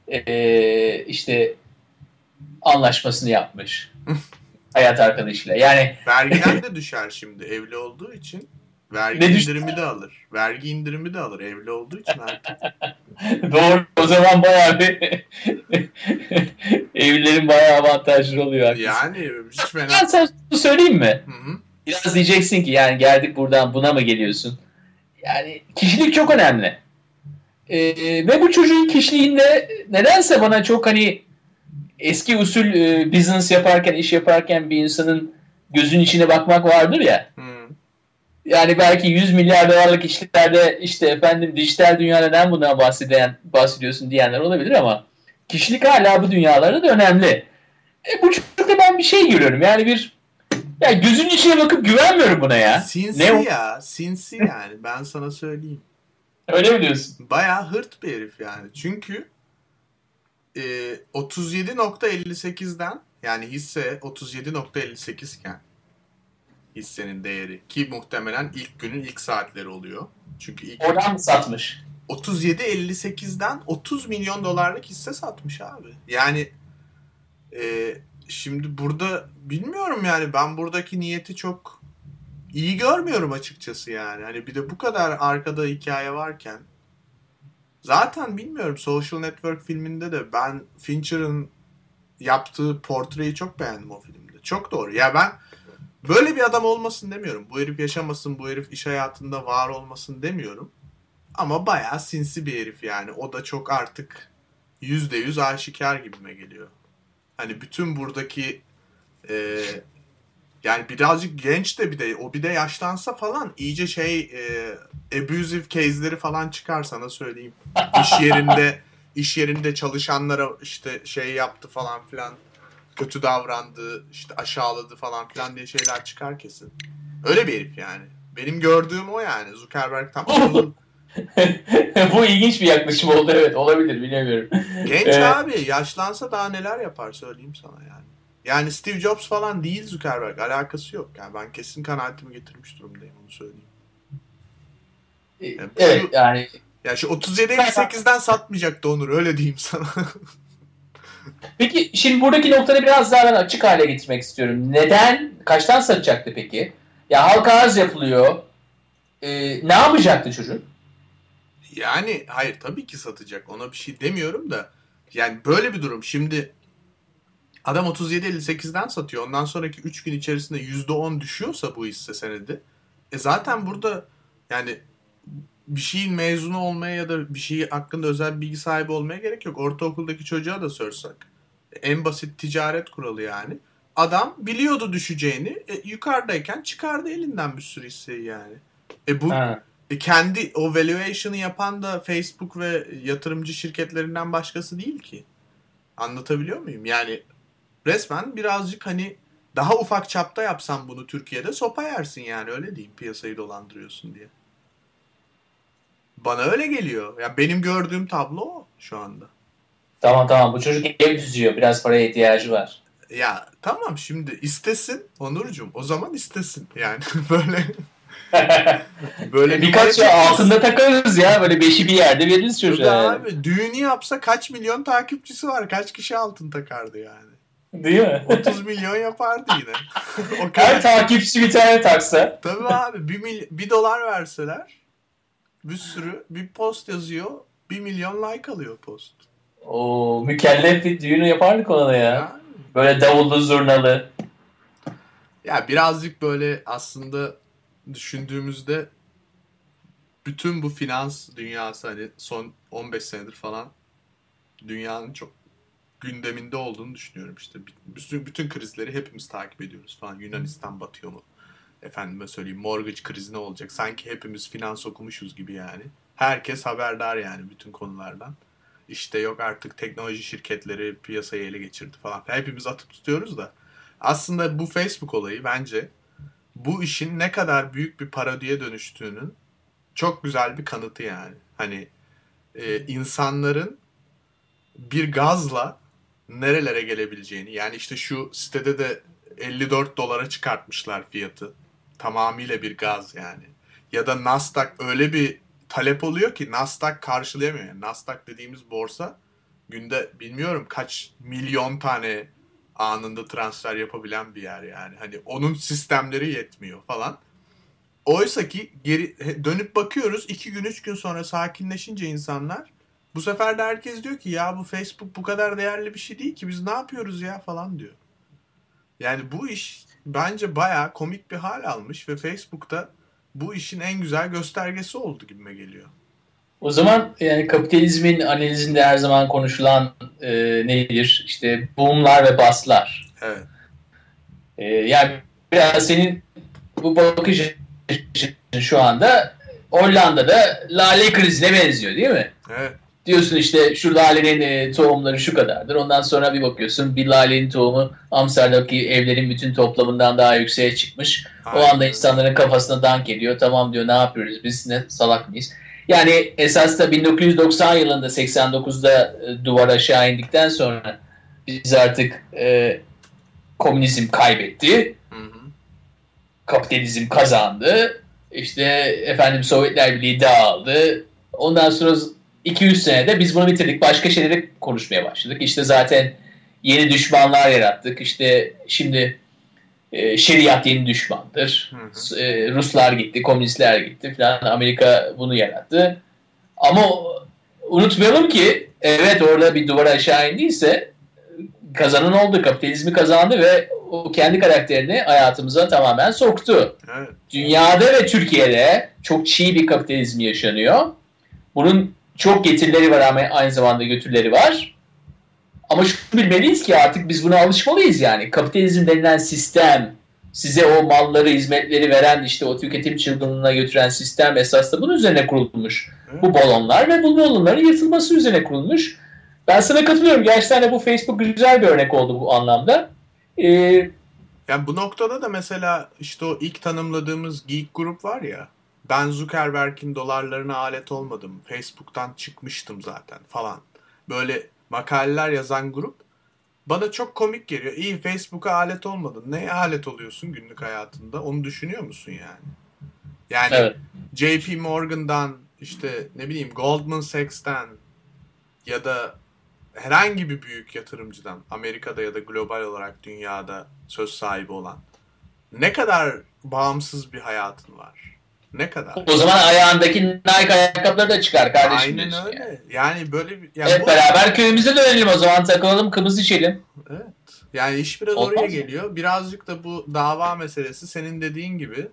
işte anlaşmasını yapmış hayat arkadaşıyla. Yani vergiden de düşer şimdi evli olduğu için. Vergi indirimi de alır. Vergi indirimi de alır evli olduğu için artık. Doğru. O zaman bayağı bir evlilerin bayağı avantajlı oluyor. Yani hiç fena. Ben sana söyleyeyim mi? Hı-hı. Biraz diyeceksin ki yani geldik buradan buna mı geliyorsun? Yani kişilik çok önemli. Ve bu çocuğun kişiliğinde nedense bana çok hani eski usul business yaparken, iş yaparken bir insanın gözün içine bakmak vardır ya. Yani belki 100 milyar dolarlık işlerde işte efendim dijital dünya neden bundan bahsediyorsun diyenler olabilir ama kişilik hala bu dünyalarda da önemli. Bu çocukta ben bir şey görüyorum. Yani ya gözünün içine bakıp güvenmiyorum buna ya. Sinsi yani. Ben sana söyleyeyim. Öyle mi diyorsun? Bayağı hırt bir herif yani. Çünkü 37.58'den yani hisse 37.58 iken hissenin değeri, ki muhtemelen ilk günün ilk saatleri oluyor. Çünkü oradan mı satmış? 37.58'den 30 milyon dolarlık hisse satmış abi. Yani şimdi burada bilmiyorum yani, ben buradaki niyeti çok iyi görmüyorum açıkçası yani. Hani bir de bu kadar arkada hikaye varken, zaten bilmiyorum, Social Network filminde de ben Fincher'ın yaptığı portreyi çok beğendim o filmde. Çok doğru. Ya ben böyle bir adam olmasın demiyorum. Bu herif yaşamasın, bu herif iş hayatında var olmasın demiyorum. Ama bayağı sinsi bir herif yani. O da çok artık %100 aşikar gibime geliyor. Hani bütün buradaki yani birazcık genç de, bir de yaşlansa falan iyice abusive case'leri falan çıkar, sana söyleyeyim. İş yerinde çalışanlara işte yaptı falan filan, kötü davrandı, işte aşağıladı falan filan diye şeyler çıkar kesin. Öyle bir herif yani. Benim gördüğüm o yani. Zuckerberg tam Bu ilginç bir yaklaşım oldu, evet, olabilir, bilemiyorum. Genç abi, yaşlansa daha neler yapar söyleyeyim sana yani. Yani Steve Jobs falan değil Zuckerberg, alakası yok. Yani ben kesin kanaatimi getirmiş durumdayım, onu söyleyeyim. Evet yani. Ya şu 37.58'den satmayacaktı Onur, öyle diyeyim sana. Peki şimdi buradaki noktada biraz daha ben açık hale getirmek istiyorum. Neden? Kaçtan satacaktı peki? Ya halka arz yapılıyor. Ne yapacaktı çocuk? Yani hayır, tabii ki satacak. Ona bir şey demiyorum da. Yani böyle bir durum. Şimdi adam 37.58'den satıyor. Ondan sonraki 3 gün içerisinde %10 düşüyorsa bu hisse senedi. Zaten burada yani bir şeyin mezunu olmaya ya da bir şey hakkında özel bilgi sahibi olmaya gerek yok. Ortaokuldaki çocuğa da sorsak. En basit ticaret kuralı yani. Adam biliyordu düşeceğini. Yukarıdayken çıkardı elinden bir sürü hisseyi yani. Bu kendi o valuation'ı yapan da Facebook ve yatırımcı şirketlerinden başkası değil ki. Anlatabiliyor muyum? Yani resmen birazcık hani daha ufak çapta yapsan bunu Türkiye'de sopa yersin yani, öyle diyeyim, piyasayı dolandırıyorsun diye. Bana öyle geliyor. Ya benim gördüğüm tablo o şu anda. Tamam bu çocuk ev düzüyor. Biraz paraya ihtiyacı var. Ya tamam, şimdi istesin Onurcuğum, o zaman istesin yani böyle böyle Birkaç numara altında çıkmasın. takarız ya. Böyle beşi bir yerde veririz Tabii çocuğa yani. abi, düğünü yapsa kaç milyon takipçisi var, kaç kişi altın takardı yani. Değil mi? 30 milyon yapardı yine. O Her kadar. takipçi bir tane taksa. Tabii abi, bir dolar verseler bir sürü bir post yazıyor, 1 milyon like alıyor post. O mükellef bir düğünü yapardık ona da ya. Yani Böyle davullu zurnalı. ya birazcık böyle aslında düşündüğümüzde bütün bu finans dünyası, hani son 15 senedir falan dünyanın çok gündeminde olduğunu düşünüyorum işte. Bütün krizleri hepimiz takip ediyoruz falan. Yunanistan batıyor mu? Efendime söyleyeyim, mortgage krizi ne olacak? Sanki hepimiz finans okumuşuz gibi yani. Herkes haberdar yani bütün konulardan. İşte yok artık teknoloji şirketleri piyasayı ele geçirdi falan. Hepimiz atıp tutuyoruz da. Aslında bu Facebook olayı bence bu işin ne kadar büyük bir parodiye dönüştüğünün çok güzel bir kanıtı yani. Hani insanların bir gazla nerelere gelebileceğini, yani işte şu sitede de 54 dolara çıkartmışlar fiyatı. Tamamıyla bir gaz yani. Ya da Nasdaq öyle bir talep oluyor ki Nasdaq karşılayamıyor. Yani Nasdaq dediğimiz borsa günde bilmiyorum kaç milyon tane anında transfer yapabilen bir yer yani. Hani onun sistemleri yetmiyor falan. Oysa ki geri dönüp bakıyoruz, 2 gün 3 gün sonra sakinleşince insanlar, bu sefer de herkes diyor ki ya bu Facebook bu kadar değerli bir şey değil ki, biz ne yapıyoruz ya falan diyor. Yani bu iş bence bayağı komik bir hal almış ve Facebook'ta bu işin en güzel göstergesi oldu gibime geliyor. O zaman yani kapitalizmin analizinde her zaman konuşulan nedir? İşte boom'lar ve bust'lar. Evet. Yani biraz senin bu bakış açın şu anda Hollanda'da lale krizine benziyor değil mi? Evet. Diyorsun işte şu lalenin tohumları şu kadardır. Ondan sonra bir bakıyorsun bir lalenin tohumu Amsterdam'daki evlerin bütün toplamından daha yükseğe çıkmış. O Aynen anda öyle. insanların kafasına dank ediyor. Tamam diyor, ne yapıyoruz biz, ne salak mıyız? Yani esas da 1990 yılında 89'da duvar aşağı indikten sonra biz artık komünizm kaybetti. Hı hı. Kapitalizm kazandı. İşte efendim Sovyetler Birliği dağıldı. Ondan sonra 200 senede biz bunu bitirdik. Başka şeyleri konuşmaya başladık. İşte zaten yeni düşmanlar yarattık. İşte şimdi şeriat yeni düşmandır. Hı hı. Ruslar gitti, komünistler gitti falan. Amerika bunu yarattı. Ama unutmayalım ki evet, orada bir duvar aşağı indiyse kazanan oldu. Kapitalizmi kazandı ve o kendi karakterini hayatımıza tamamen soktu. Evet. Dünyada ve Türkiye'de çok çiğ bir kapitalizm yaşanıyor. Bunun çok getirileri var ama aynı zamanda götürleri var. Ama şunu bilmeliyiz ki artık biz buna alışmalıyız yani. Kapitalizm denilen sistem, size o malları, hizmetleri veren, işte o tüketim çılgınlığına götüren sistem esas da bunun üzerine kurulmuş. Evet. Bu balonlar ve bu balonların yırtılması üzerine kurulmuş. Ben sana katılıyorum. Gerçekten de bu Facebook güzel bir örnek oldu bu anlamda. Yani bu noktada da mesela işte o ilk tanımladığımız geek grup var ya, ben Zuckerberg'in dolarlarına alet olmadım, Facebook'tan çıkmıştım zaten falan. Böyle makaleler yazan grup bana çok komik geliyor. İyi, Facebook'a alet olmadın. Neye alet oluyorsun günlük hayatında? Onu düşünüyor musun yani? Yani Evet. JP Morgan'dan, işte ne bileyim Goldman Sachs'ten ya da herhangi bir büyük yatırımcıdan, Amerika'da ya da global olarak dünyada söz sahibi olan ne kadar bağımsız bir hayatın var? Ne kadar? O zaman ayağındaki Nike ayakkabıları da çıkar kardeşim Aynen diyorsun öyle. yani. Yani böyle bir, yani Hep beraber köyümüze dönelim o zaman, takılalım, kımız içelim. evet. Yani iş biraz Olmaz oraya mı? geliyor. Birazcık da bu dava meselesi senin dediğin gibi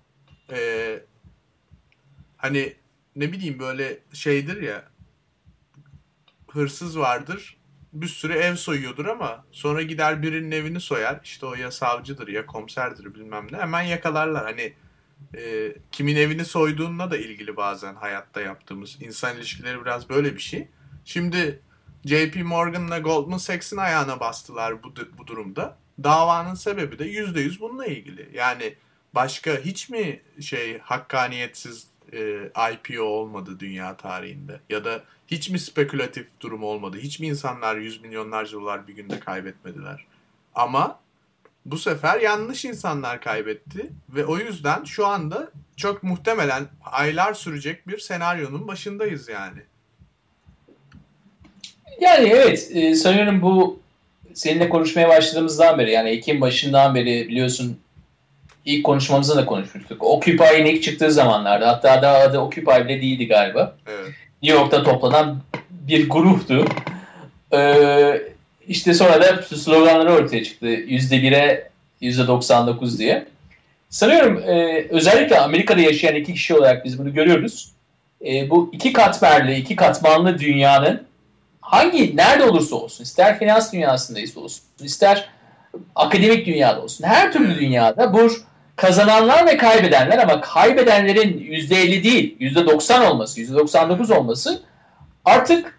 hani ne bileyim böyle şeydir ya, hırsız vardır, bir sürü ev soyuyordur ama sonra gider birinin evini soyar. İşte o ya savcıdır ya komiserdir bilmem ne. Hemen yakalarlar. Hani kimin evini soyduğunla da ilgili bazen hayatta yaptığımız insan ilişkileri biraz böyle bir şey. Şimdi JP Morgan'la Goldman Sachs'in ayağına bastılar bu durumda. Davanın sebebi de %100 bununla ilgili. Yani başka hiç mi hakkaniyetsiz IPO olmadı dünya tarihinde? Ya da hiç mi spekülatif durum olmadı? Hiç mi insanlar yüz milyonlarca dolar bir günde kaybetmediler? Ama bu sefer yanlış insanlar kaybetti ve o yüzden şu anda çok muhtemelen aylar sürecek bir senaryonun başındayız yani. Yani evet, sanıyorum bu seninle konuşmaya başladığımızdan beri, yani Ekim başından beri biliyorsun, ilk konuşmamızda da konuşmuştuk. Occupy'in ilk çıktığı zamanlarda, hatta daha adı Occupy bile değildi galiba. Evet. New York'ta toplanan bir gruptu. İşte sonra da sloganları ortaya çıktı. %1'e %99 diye. Sanıyorum özellikle Amerika'da yaşayan iki kişi olarak biz bunu görüyoruz. Bu iki katmerli, iki katmanlı dünyanın nerede olursa olsun, ister finans dünyasındaysa olsun, ister akademik dünyada olsun, her türlü dünyada bu kazananlar ve kaybedenler, ama kaybedenlerin %50 değil, %90 olması, %99 olması artık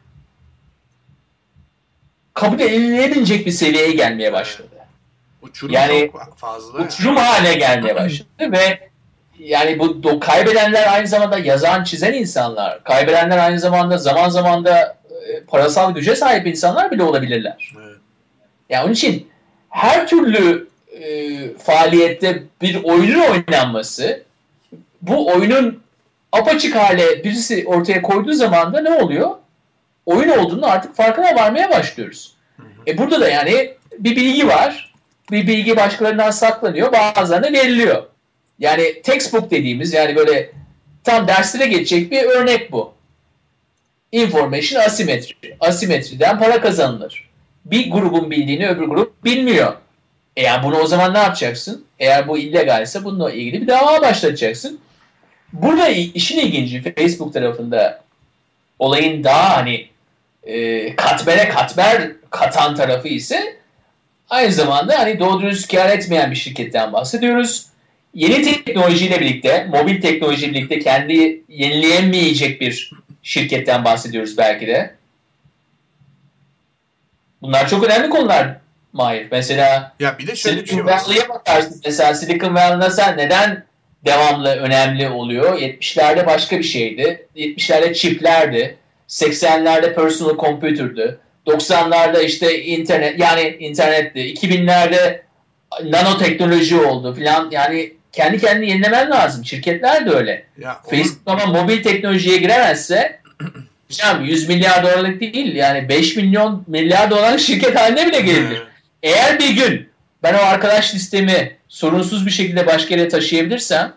kabul edilemeyecek bir seviyeye gelmeye başladı. Uçurum yani çok fazla. Uçurum haline gelmeye başladı ve yani bu kaybedenler aynı zamanda yazan, çizen insanlar. Kaybedenler aynı zamanda zaman zaman da parasal güce sahip insanlar bile olabilirler. Evet. Yani onun için her türlü faaliyette bir oyunun oynanması, bu oyunun apaçık hale birisi ortaya koyduğu zaman da ne oluyor? Oyun olduğunu artık farkına varmaya başlıyoruz. Burada da yani bir bilgi var. Bir bilgi başkalarından saklanıyor. Bazen de veriliyor. Yani textbook dediğimiz, yani böyle tam derslere geçecek bir örnek bu. Information asimetri. Asimetriden para kazanılır. Bir grubun bildiğini öbür grup bilmiyor. Yani bunu o zaman ne yapacaksın? Eğer bu illegalse bununla ilgili bir dava başlatacaksın. Burada işin ilginci, Facebook tarafında olayın daha hani katmere katmer katan tarafı ise aynı zamanda hani doğru dürüst kâr etmeyen bir şirketten bahsediyoruz. Yeni teknolojiyle birlikte, mobil teknolojiyle birlikte kendi yenileyemeyecek bir şirketten bahsediyoruz belki de. Bunlar çok önemli konular Mahir. Mesela ya bir de şöyle bir şey Silicon var. Valley'e bakarsın. Mesela Silicon Valley'da neden devamlı önemli oluyor? 70'lerde başka bir şeydi. 70'lerde çiplerdi. 80'lerde personal computer'dı. 90'larda işte internetti. 2000'lerde nanoteknoloji oldu falan. Yani kendi kendini yenilemen lazım. Şirketler de öyle. Ya Facebook ama mobil teknolojiye giremezse 100 milyar dolarlık değil, yani 5 milyar dolarlık şirket haline bile gelebilir. Eğer bir gün ben o arkadaş listemi sorunsuz bir şekilde başka yere taşıyabilirsem,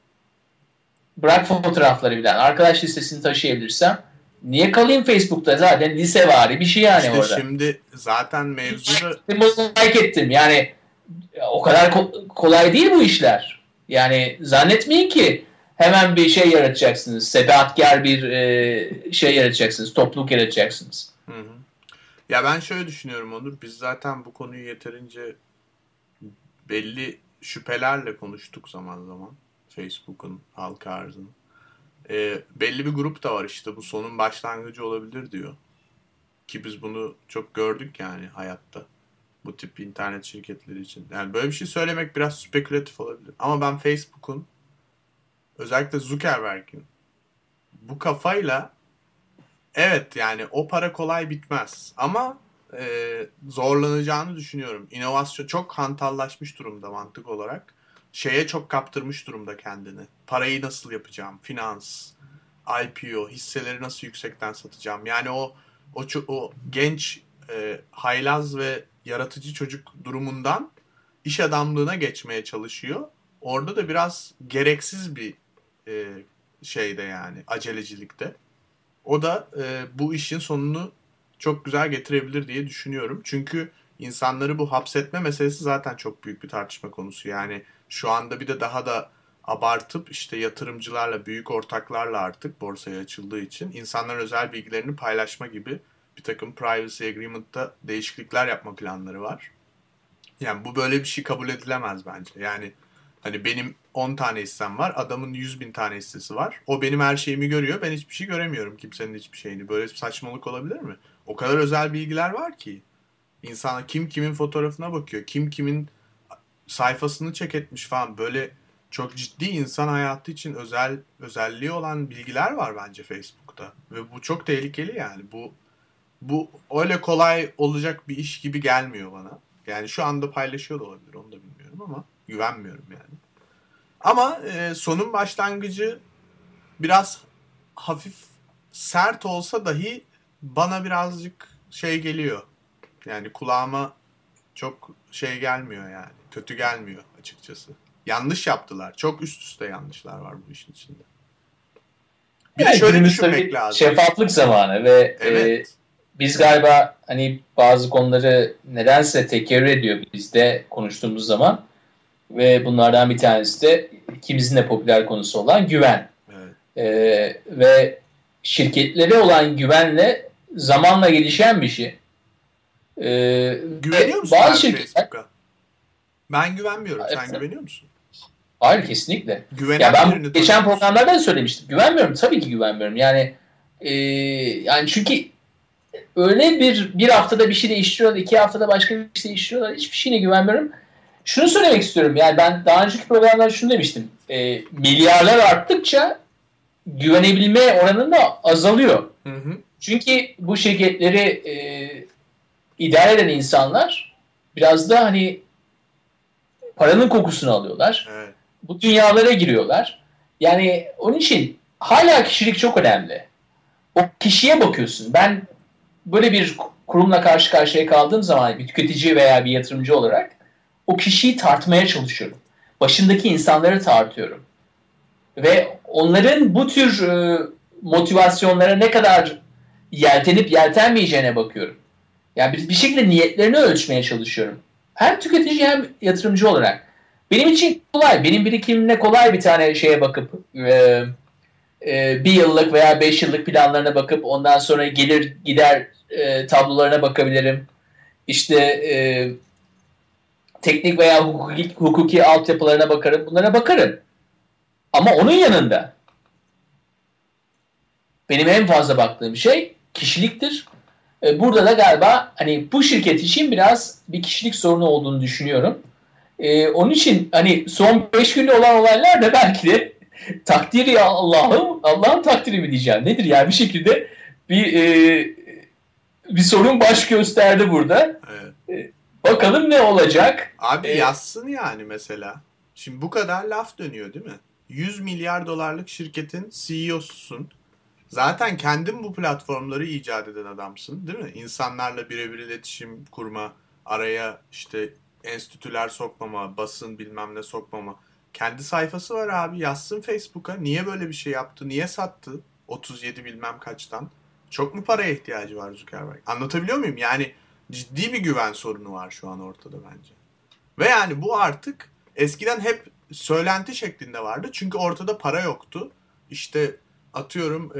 bırak fotoğrafları bilen, arkadaş listesini taşıyabilirsem, niye kalayım Facebook'ta? Zaten lisevari bir şey yani işte orada. şimdi zaten mevzuda Like ettim. Yani o kadar kolay değil bu işler. Yani zannetmeyin ki hemen bir şey yaratacaksınız. Sebahatkar bir şey yaratacaksınız. Topluluk yaratacaksınız. Hı hı. Ya ben şöyle düşünüyorum Onur. Biz zaten bu konuyu yeterince belli şüphelerle konuştuk zaman zaman. Facebook'un halka arzını. Belli bir grup da var işte, bu sonun başlangıcı olabilir diyor. Ki biz bunu çok gördük yani hayatta. Bu tip internet şirketleri için. Yani böyle bir şey söylemek biraz spekülatif olabilir. Ama ben Facebook'un, özellikle Zuckerberg'in bu kafayla, evet yani o para kolay bitmez. Ama zorlanacağını düşünüyorum. İnovasyon çok hantallaşmış durumda mantık olarak. Şeye çok kaptırmış durumda kendini. Parayı nasıl yapacağım? Finans, IPO, hisseleri nasıl yüksekten satacağım? Yani o genç, haylaz ve yaratıcı çocuk durumundan iş adamlığına geçmeye çalışıyor. Orada da biraz gereksiz bir şeyde, yani acelecilikte. O da bu işin sonunu çok güzel getirebilir diye düşünüyorum. Çünkü insanları bu hapsetme meselesi zaten çok büyük bir tartışma konusu. Yani şu anda bir de daha da abartıp işte yatırımcılarla, büyük ortaklarla artık borsaya açıldığı için insanların özel bilgilerini paylaşma gibi bir takım privacy agreement'ta değişiklikler yapma planları var. Yani bu böyle bir şey kabul edilemez bence. Yani hani benim 10 tane hissem var, adamın 100.000 tane hissesi var. O benim her şeyimi görüyor, ben hiçbir şey göremiyorum, kimsenin hiçbir şeyini. Böyle bir saçmalık olabilir mi? O kadar özel bilgiler var ki. İnsan kim kimin fotoğrafına bakıyor, kim kimin sayfasını check etmiş falan. Böyle çok ciddi insan hayatı için özelliği olan bilgiler var bence Facebook'ta. Ve bu çok tehlikeli yani. Bu öyle kolay olacak bir iş gibi gelmiyor bana. Yani şu anda paylaşıyor da olabilir, onu da bilmiyorum ama güvenmiyorum yani. Ama sonun başlangıcı biraz hafif sert olsa dahi bana birazcık şey geliyor. Yani kulağıma çok şey gelmiyor yani. Kötü gelmiyor açıkçası. Yanlış yaptılar. Çok üst üste yanlışlar var bu işin içinde. Bir de Yani şöyle günümüz düşünmek tabii lazım. şeffaflık zamanı ve Evet. biz galiba hani bazı konuları nedense tekerrür ediyor bizde konuştuğumuz zaman ve bunlardan bir tanesi de ikimizin de popüler konusu olan güven. Evet. Ve şirketlere olan güvenle zamanla gelişen bir şey. Güveniyor musun bazı abi şirketler, Facebook'a? Ben güvenmiyorum. Sen efendim, güveniyor musun? hayır kesinlikle. Güvenen Ya ben birini geçen tanıyor musun? programlarda da söylemiştim. Güvenmiyorum. Tabii ki güvenmiyorum. Yani çünkü öyle bir haftada bir şey değiştiriyorlar, 2 haftada başka bir şey değiştiriyorlar. Hiçbir şeyine güvenmiyorum. Şunu söylemek istiyorum. Yani ben daha önceki programlarda şunu demiştim. Milyarlar arttıkça güvenebilme oranı da azalıyor. Hı hı. Çünkü bu şirketleri idare eden insanlar biraz da hani paranın kokusunu alıyorlar. Evet. Bu dünyalara giriyorlar. Yani onun için hala kişilik çok önemli. O kişiye bakıyorsun. Ben böyle bir kurumla karşı karşıya kaldığım zaman bir tüketici veya bir yatırımcı olarak o kişiyi tartmaya çalışıyorum. Başındaki insanları tartıyorum. Ve onların bu tür motivasyonlara ne kadar yeltenip yeltenmeyeceğine bakıyorum. Yani bir şekilde niyetlerini ölçmeye çalışıyorum. Hem tüketici hem yatırımcı olarak. Benim için kolay. Benim birikimimle kolay bir tane şeye bakıp bir yıllık veya 5 yıllık planlarına bakıp ondan sonra gelir gider tablolarına bakabilirim. İşte teknik veya hukuki altyapılarına bakarım. Bunlara bakarım. Ama onun yanında benim en fazla baktığım şey kişiliktir. Burada da galiba hani bu şirket için biraz bir kişilik sorunu olduğunu düşünüyorum. Onun için hani son 5 günde olan olaylar da belki de takdiri ya Allah'ın takdiri mi diyeceğim. Nedir yani bir şekilde bir bir sorun baş gösterdi burada. Evet. Bakalım ne olacak? Abi yazsın yani mesela. Şimdi bu kadar laf dönüyor değil mi? 100 milyar dolarlık şirketin CEO'susun. Zaten kendin bu platformları icat eden adamsın değil mi? İnsanlarla birebir iletişim kurma, araya işte enstitüler sokmama, basın bilmem ne sokmama. Kendi sayfası var abi, yazsın Facebook'a. Niye böyle bir şey yaptı? Niye sattı? 37 bilmem kaçtan. Çok mu paraya ihtiyacı var Zuckerberg? Anlatabiliyor muyum? Yani ciddi bir güven sorunu var şu an ortada bence. Ve yani bu artık eskiden hep söylenti şeklinde vardı. Çünkü ortada para yoktu. İşte atıyorum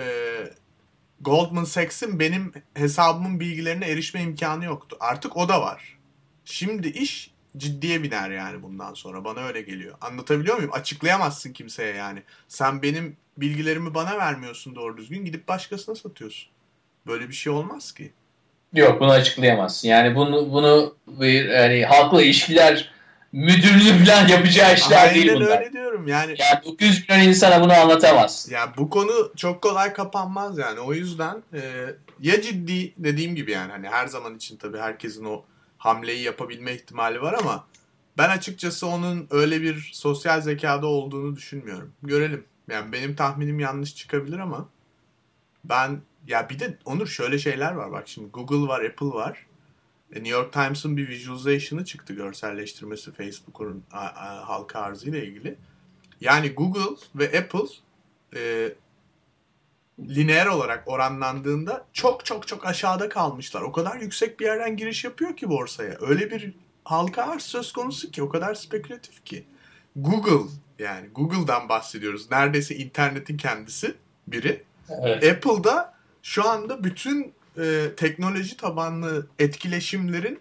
Goldman Sachs'in benim hesabımın bilgilerine erişme imkanı yoktu. Artık o da var. Şimdi iş ciddiye biner yani bundan sonra. Bana öyle geliyor. Anlatabiliyor muyum? Açıklayamazsın kimseye yani. Sen benim bilgilerimi bana vermiyorsun doğru düzgün. Gidip başkasına satıyorsun. Böyle bir şey olmaz ki. Yok, bunu açıklayamazsın. Yani bunu bir hani halkla ilişkiler müdürlüğü falan yapacağı işler değil Aynen bunlar. öyle diyorum. Yani 900 milyon insana bunu anlatamaz. ya bu konu çok kolay kapanmaz yani. O yüzden ya ciddi dediğim gibi yani hani her zaman için tabii herkesin o hamleyi yapabilme ihtimali var ama ben açıkçası onun öyle bir sosyal zekada olduğunu düşünmüyorum. Görelim. Yani benim tahminim yanlış çıkabilir ama ben ya bir de Onur şöyle şeyler var. Bak şimdi Google var, Apple var. New York Times'ın bir visualization'ı çıktı, görselleştirmesi Facebook'un halka arzı ile ilgili. Yani Google ve Apple e, lineer olarak oranlandığında çok çok çok aşağıda kalmışlar. O kadar yüksek bir yerden giriş yapıyor ki borsaya. Öyle bir halka arz söz konusu ki, o kadar spekülatif ki. Google, yani Google'dan bahsediyoruz. Neredeyse internetin kendisi biri. Evet. Apple'da şu anda bütün teknoloji tabanlı etkileşimlerin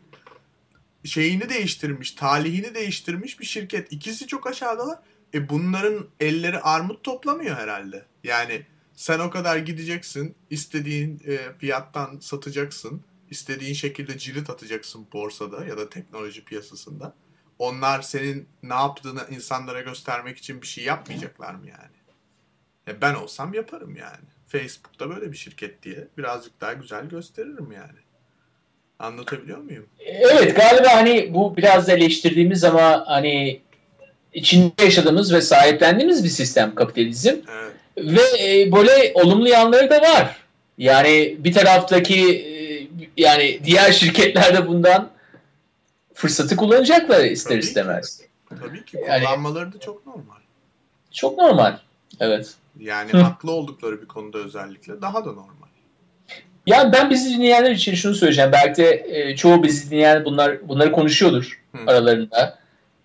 şeyini değiştirmiş, talihini değiştirmiş bir şirket. İkisi çok aşağıdalar. Bunların elleri armut toplamıyor herhalde. Yani sen o kadar gideceksin, istediğin fiyattan satacaksın, istediğin şekilde cirit atacaksın borsada ya da teknoloji piyasasında. Onlar senin ne yaptığını insanlara göstermek için bir şey yapmayacaklar mı yani? Ben olsam yaparım yani. Facebook'ta böyle bir şirket diye birazcık daha güzel gösteririm yani. Anlatabiliyor muyum? Evet, galiba hani bu biraz da eleştirdiğimiz ama hani içinde yaşadığımız ve sahiplendiğimiz bir sistem kapitalizm. Evet. Ve böyle olumlu yanları da var. Yani bir taraftaki yani diğer şirketler de bundan fırsatı kullanacaklar ister Tabii ki. istemez. Tabii ki Yani kullanmaları da çok normal. çok normal. Evet. Yani haklı oldukları bir konuda özellikle daha da normal. Yani ben bizi dinleyenler için şunu söyleyeceğim. Belki de çoğu bizi dinleyen bunları konuşuyordur aralarında.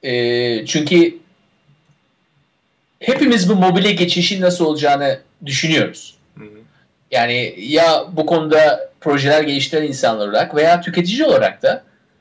Çünkü hepimiz bu mobile geçişin nasıl olacağını düşünüyoruz. Hı hı. Yani ya bu konuda projeler geliştiren insanlar olarak veya tüketici olarak da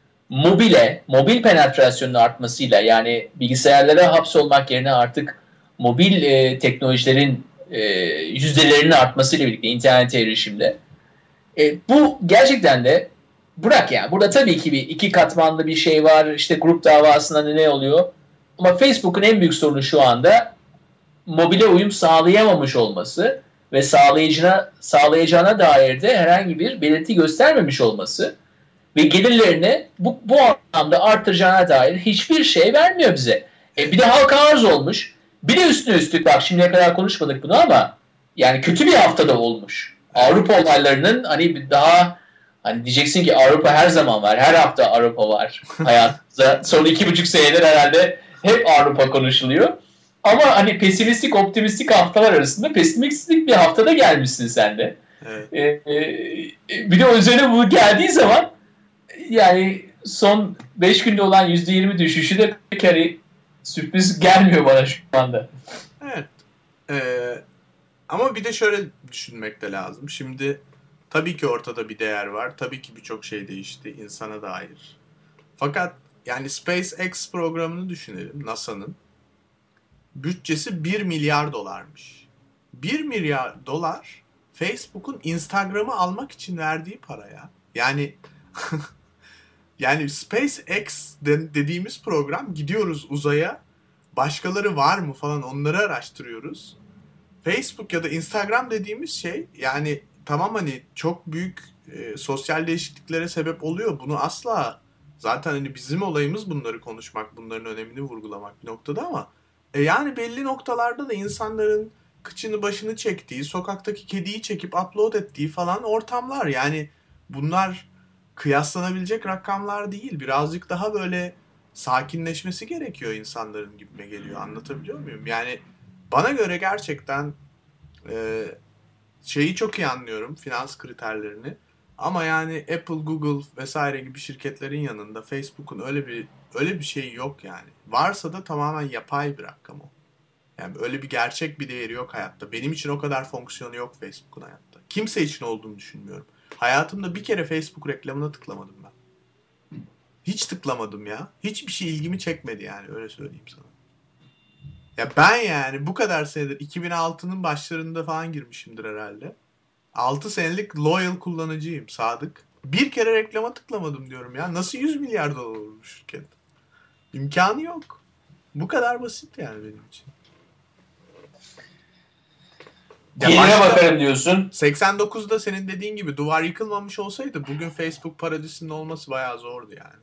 mobil penetrasyonun artmasıyla, yani bilgisayarlara hapsolmak yerine artık mobil teknolojilerin yüzdelerinin artmasıyla birlikte internete erişimde bu gerçekten de bırak yani. Burada tabii ki iki katmanlı bir şey var. İşte grup davasında ne oluyor? Ama Facebook'un en büyük sorunu şu anda mobile uyum sağlayamamış olması ve sağlayacağına dair de herhangi bir belirti göstermemiş olması ve gelirlerini bu anlamda arttıracağına dair hiçbir şey vermiyor bize. Bir de halka arz olmuş. Bir de üstüne üstlük, bak şimdiye kadar konuşmadık bunu ama yani kötü bir haftada olmuş. Avrupa olaylarının hani daha hani diyeceksin ki Avrupa her zaman var. Her hafta Avrupa var hayatımızda. Son 2,5 senedir herhalde hep Avrupa konuşuluyor. Ama hani pesimistik, optimistik haftalar arasında pesimistik bir haftada gelmişsin sen de. Evet. Bir de üzerine bu geldiği zaman yani son 5 günde olan %20 düşüşü de pek hani sürpriz gelmiyor bana şu anda. Evet. Ama bir de şöyle düşünmek de lazım. Şimdi tabii ki ortada bir değer var. Tabii ki birçok şey değişti insana dair. Fakat yani SpaceX programını düşünelim, NASA'nın. Bütçesi 1 milyar dolarmış. 1 milyar dolar Facebook'un Instagram'ı almak için verdiği para ya. Yani yani SpaceX dediğimiz program, gidiyoruz uzaya. Başkaları var mı falan, onları araştırıyoruz. Facebook ya da Instagram dediğimiz şey yani tamam, hani çok büyük sosyal değişikliklere sebep oluyor. Bunu asla, zaten hani bizim olayımız bunları konuşmak, bunların önemini vurgulamak bir noktada ama yani belli noktalarda da insanların kıçını başını çektiği, sokaktaki kediyi çekip upload ettiği falan ortamlar. Yani bunlar kıyaslanabilecek rakamlar değil. Birazcık daha böyle sakinleşmesi gerekiyor insanların, gibime geliyor. Anlatabiliyor muyum? Yani bana göre gerçekten şeyi çok iyi anlıyorum, finans kriterlerini. Ama yani Apple, Google vesaire gibi şirketlerin yanında Facebook'un öyle bir şeyi yok yani. Varsa da tamamen yapay bir rakam o. Yani öyle bir gerçek bir değeri yok hayatta. Benim için o kadar fonksiyonu yok Facebook'un hayatta. Kimse için olduğunu düşünmüyorum. Hayatımda bir kere Facebook reklamına tıklamadım ben. Hiç tıklamadım ya. Hiçbir şey ilgimi çekmedi yani, öyle söyleyeyim sana. Ya ben yani bu kadar senedir, 2006'nın başlarında falan girmişimdir herhalde. 6 senelik loyal kullanıcıyım, sadık. Bir kere reklama tıklamadım diyorum ya. Nasıl 100 milyar dolar olur bu şirket? İmkanı yok. Bu kadar basit yani benim için. Diğerine bakarım diyorsun. 89'da senin dediğin gibi duvar yıkılmamış olsaydı bugün Facebook paradisinin olması bayağı zordu yani.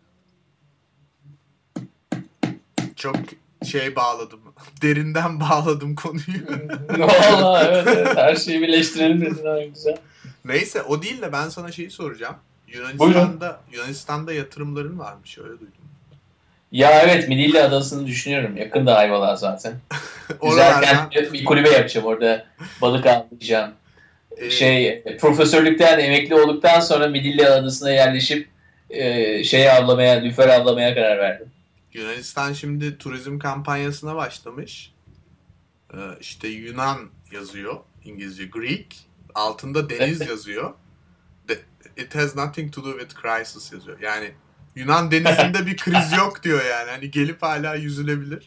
Çok bağladım. Derinden bağladım konuyu. Vallahi evet, her şeyi birleştirelim dedin, güzel. Neyse, o değil de ben sana şeyi soracağım. Buyurun. Yunanistan'da yatırımların varmış, öyle duydum. Ya evet, Midilli Adası'nı düşünüyorum. Yakında Ayvalık'a zaten. Güzel bir kulübe yapacağım orada. Balık avlayacağım. Profesörlükten emekli olduktan sonra Midilli Adası'na yerleşip lüfer avlamaya karar verdim. Yunanistan şimdi turizm kampanyasına başlamış. İşte Yunan yazıyor, İngilizce Greek. Altında deniz yazıyor. It has nothing to do with crisis yazıyor. Yani Yunan denizinde bir kriz yok diyor yani. Hani gelip hala yüzülebilir.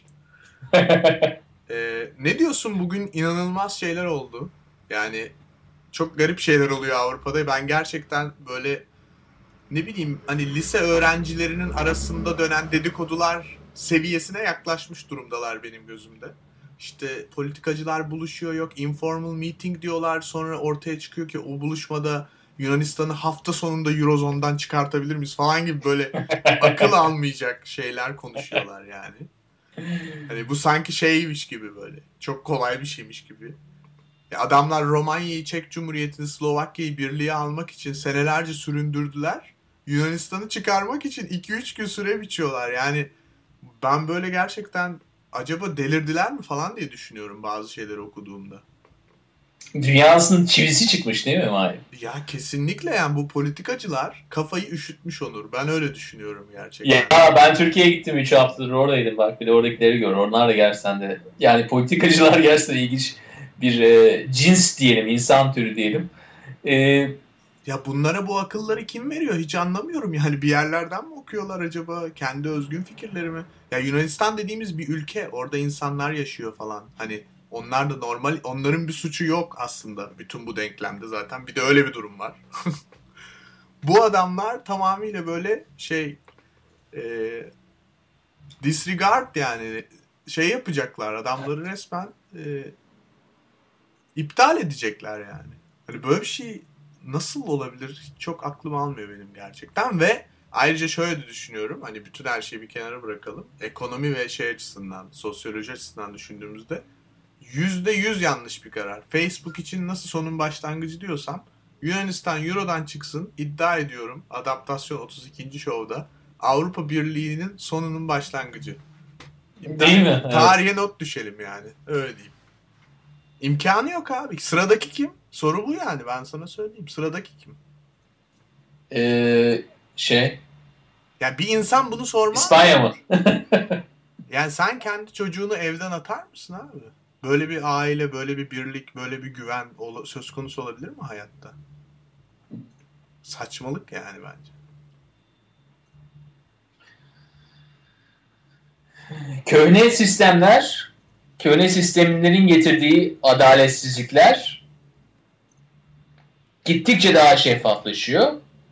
Ne diyorsun, bugün inanılmaz şeyler oldu. Yani çok garip şeyler oluyor Avrupa'da. Ben gerçekten böyle, ne bileyim, hani lise öğrencilerinin arasında dönen dedikodular seviyesine yaklaşmış durumdalar benim gözümde. İşte politikacılar buluşuyor, yok informal meeting diyorlar, sonra ortaya çıkıyor ki o buluşmada Yunanistan'ı hafta sonunda Eurozone'dan çıkartabilir miyiz falan gibi böyle akıl almayacak şeyler konuşuyorlar yani. Hani bu sanki şeymiş gibi böyle. Çok kolay bir şeymiş gibi. Adamlar Romanya'yı, Çek Cumhuriyeti'ni, Slovakya'yı birliğe almak için senelerce süründürdüler. Yunanistan'ı çıkarmak için 2-3 gün süre biçiyorlar. Yani ben böyle gerçekten acaba delirdiler mi falan diye düşünüyorum bazı şeyleri okuduğumda. Dünyasının çivisi çıkmış değil mi Mahir? Ya kesinlikle yani bu politikacılar kafayı üşütmüş Onur. Ben öyle düşünüyorum gerçekten. Ya ben Türkiye'ye gittim 3 haftadır oradaydım bak bir de oradakileri gör. Onlar da gerçekten de yani politikacılar gerçekten ilginç bir cins diyelim, insan türü diyelim. Ya bunlara bu akılları kim veriyor hiç anlamıyorum. Yani bir yerlerden mi okuyorlar acaba? Kendi özgün fikirleri mi? Ya Yunanistan dediğimiz bir ülke. Orada insanlar yaşıyor falan. Hani onlar da normal. Onların bir suçu yok aslında. Bütün bu denklemde zaten. Bir de öyle bir durum var. Bu adamlar tamamıyla böyle e, disregard yani şey yapacaklar. Adamları resmen iptal edecekler yani. Hani böyle bir şey nasıl olabilir? Hiç çok aklım almıyor benim gerçekten ve ayrıca şöyle de düşünüyorum. Hani bütün her şeyi bir kenara bırakalım. Ekonomi ve şey açısından, sosyoloji açısından düşündüğümüzde %100 yanlış bir karar. Facebook için nasıl sonun başlangıcı diyorsam Yunanistan Euro'dan çıksın iddia ediyorum adaptasyon 32. şovda Avrupa Birliği'nin sonunun başlangıcı. Değil mi? Tarihe not düşelim yani. Öyle diyeyim. İmkanı yok abi. Sıradaki kim? Soru bu yani. Ben sana söyleyeyim. Sıradaki kim? Ya bir insan bunu sormaz. İspanya mı? Yani sen kendi çocuğunu evden atar mısın abi? Böyle bir aile, böyle bir birlik, böyle bir güven söz konusu olabilir mi hayatta? Saçmalık yani bence. Köhne sistemlerin getirdiği adaletsizlikler gittikçe daha şeffaflaşıyor.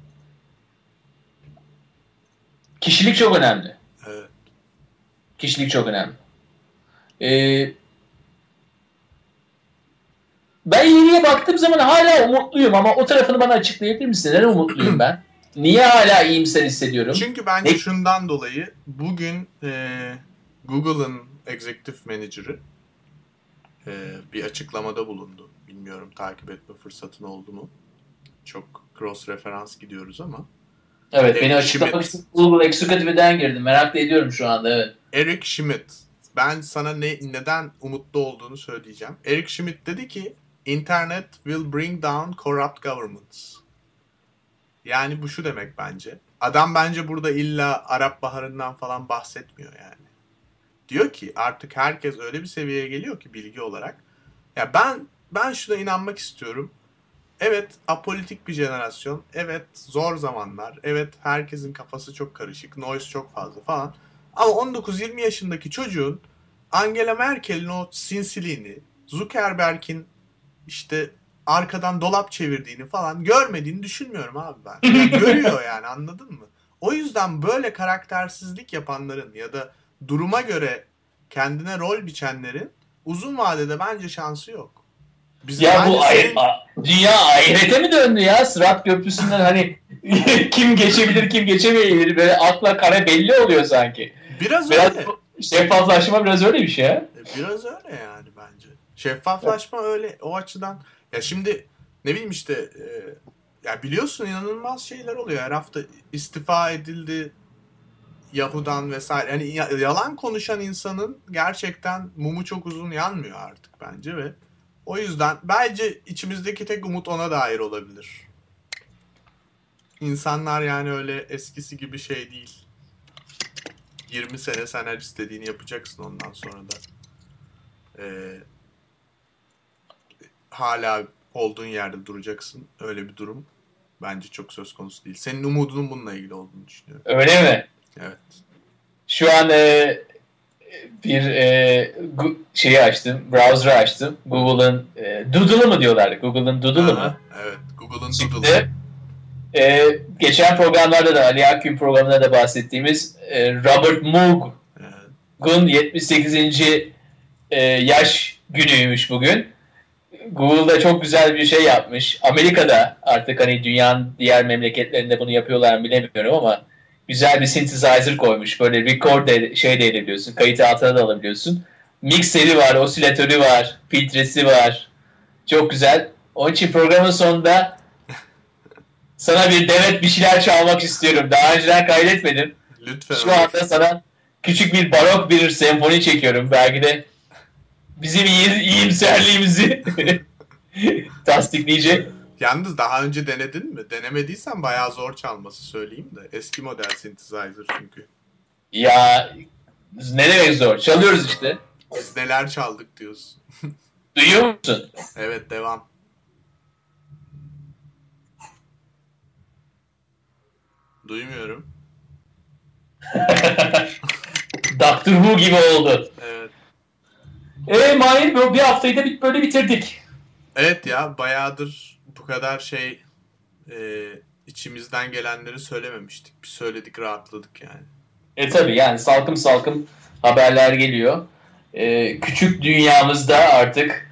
Kişilik çok önemli. Evet. Kişilik çok önemli. Ben ileriye baktığım zaman hala umutluyum ama o tarafını bana açıklayabilir misin? Neden umutluyum ben? Niye hala iyimser hissediyorum? Çünkü bence şundan dolayı bugün Google'ın Executive Manager'ı bir açıklamada bulundu. Bilmiyorum takip etme fırsatın oldu mu? Çok cross referans gidiyoruz ama. Evet, beni açıklamak için Google Executive'den girdim. Merak da ediyorum şu anda, evet. Eric Schmidt. Ben sana neden umutlu olduğunu söyleyeceğim. Eric Schmidt dedi ki Internet will bring down corrupt governments. Yani bu şu demek bence. Adam bence burada illa Arap Baharı'ndan falan bahsetmiyor yani. Diyor ki artık herkes öyle bir seviyeye geliyor ki bilgi olarak. Ya ben şuna inanmak istiyorum. Evet apolitik bir jenerasyon. Evet zor zamanlar. Evet herkesin kafası çok karışık. Noise çok fazla falan. Ama 19-20 yaşındaki çocuğun Angela Merkel'in o sinsiliğini, Zuckerberg'in işte arkadan dolap çevirdiğini falan görmediğini düşünmüyorum abi ben. Yani görüyor yani anladın mı? O yüzden böyle karaktersizlik yapanların ya da duruma göre kendine rol biçenlerin uzun vadede bence şansı yok. Ya bu dünya ahirete mi döndü ya? Sırat Köprüsü'nden hani kim geçebilir kim geçemeyebilir böyle akla kare belli oluyor sanki. Biraz öyle. Şeffaflaşma biraz öyle bir şey ha. Biraz öyle yani bence. Şeffaflaşma öyle o açıdan. Ya şimdi ne bileyim işte ya biliyorsun inanılmaz şeyler oluyor. Her hafta istifa edildi Yahoo'dan vesaire. Yani yalan konuşan insanın gerçekten mumu çok uzun yanmıyor artık bence ve o yüzden bence içimizdeki tek umut ona dair olabilir. İnsanlar yani öyle eskisi gibi şey değil. 20 sene sen her istediğini yapacaksın ondan sonra da. Hala olduğun yerde duracaksın. Öyle bir durum bence çok söz konusu değil. Senin umudunun bununla ilgili olduğunu düşünüyorum. Öyle mi? Evet. Şu an bir şeyi açtım, browser'ı açtım. Google'ın Doodle'ı mı diyorlardı? Google'ın Doodle'ı mı? Evet, Google'ın Doodle'ı. Geçen programlarda da Ali Akgün programında da bahsettiğimiz Robert Moog'un 78. Yaş günüymüş bugün. Google'da çok güzel bir şey yapmış. Amerika'da artık hani dünyanın diğer memleketlerinde bunu yapıyorlar mı bilemiyorum ama güzel bir synthesizer koymuş. Böyle record şey de edebiliyorsun. Kayıt altına da alabiliyorsun. Mikseri var, osilatörü var, filtresi var. Çok güzel. Onun için programın sonunda sana bir demet bir şeyler çalmak istiyorum. Daha önceden kaydetmedim. Lütfen. Şu anda sana küçük bir barok bir senfoni çekiyorum. Belki de bizim iyimserliğimizi tasdikleyecek. Yalnız daha önce denedin mi? Denemediysen bayağı zor çalması söyleyeyim de. Eski model synthesizer çünkü. Ya ne demek zor? Çalıyoruz işte. Biz neler çaldık diyorsun. Duyuyor musun? Evet, devam. Duymuyorum. Doctor Who gibi oldu. Evet. Mahir bir haftayı da böyle bitirdik. Evet ya, bayağıdır bu kadar içimizden gelenleri söylememiştik. Bir söyledik, rahatladık yani. Tabii yani salkım salkım haberler geliyor. Küçük dünyamızda artık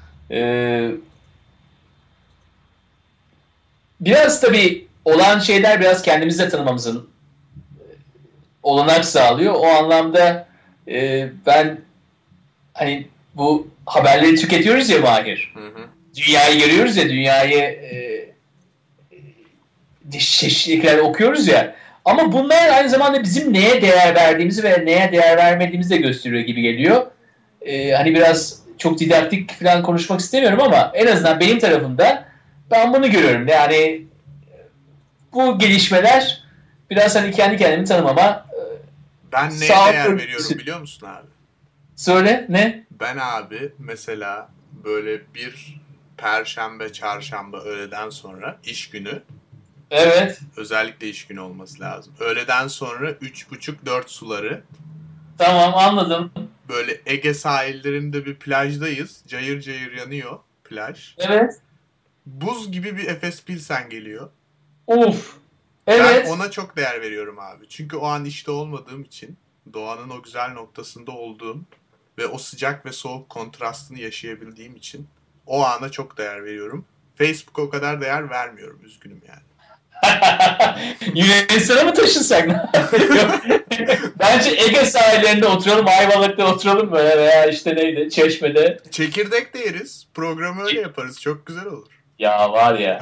biraz tabii olan şeyler biraz kendimizi de tanımamızın olanak sağlıyor. O anlamda ben hani bu haberleri tüketiyoruz ya Mahir. Hı hı. Dünyayı görüyoruz ya, dünyayı çeşitlilikler okuyoruz ya. Ama bunlar aynı zamanda bizim neye değer verdiğimizi ve neye değer vermediğimizi de gösteriyor gibi geliyor. Hani biraz çok didaktik falan konuşmak istemiyorum ama en azından benim tarafımda ben bunu görüyorum. Yani bu gelişmeler biraz hani kendi kendimi tanımama Ben neye değer veriyorum biliyor musun abi? Söyle, ne? Ben abi mesela böyle bir perşembe, çarşamba öğleden sonra iş günü. Evet. Özellikle iş günü olması lazım. Öğleden sonra 3.30-4 suları. Tamam, anladım. Böyle Ege sahillerinde bir plajdayız. Cayır cayır yanıyor plaj. Evet. Buz gibi bir Efes Pilsen geliyor. Uf. Evet. Ben ona çok değer veriyorum abi. Çünkü o an işte olmadığım için, doğanın o güzel noktasında olduğum ve o sıcak ve soğuk kontrastını yaşayabildiğim için o ana çok değer veriyorum. Facebook'a o kadar değer vermiyorum. Üzgünüm yani. Yunanistan'a mı taşınsak? Bence Ege sahillerinde oturalım, Ayvalık'ta oturalım böyle veya işte neydi, Çeşme'de. Çekirdek de yeriz. Programı öyle yaparız. Çok güzel olur. Ya var ya.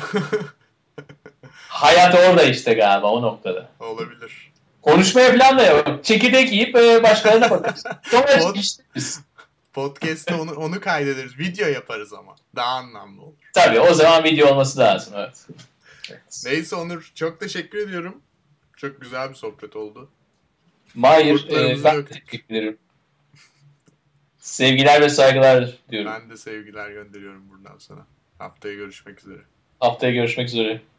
Hayat orada işte galiba, o noktada. Olabilir. Konuşmaya falan da yok. Çekirdek yiyip başkalarına bakarız. Sonra işleriz. Podcast'te onu kaydederiz. Video yaparız ama. Daha anlamlı olur. Tabii o zaman video olması lazım. Evet. Neyse Onur, çok teşekkür ediyorum. Çok güzel bir sohbet oldu. Mahir, ben teşekkür ederim. Sevgiler ve saygılar diyorum. Ben de sevgiler gönderiyorum buradan sana. Haftaya görüşmek üzere. Haftaya görüşmek üzere.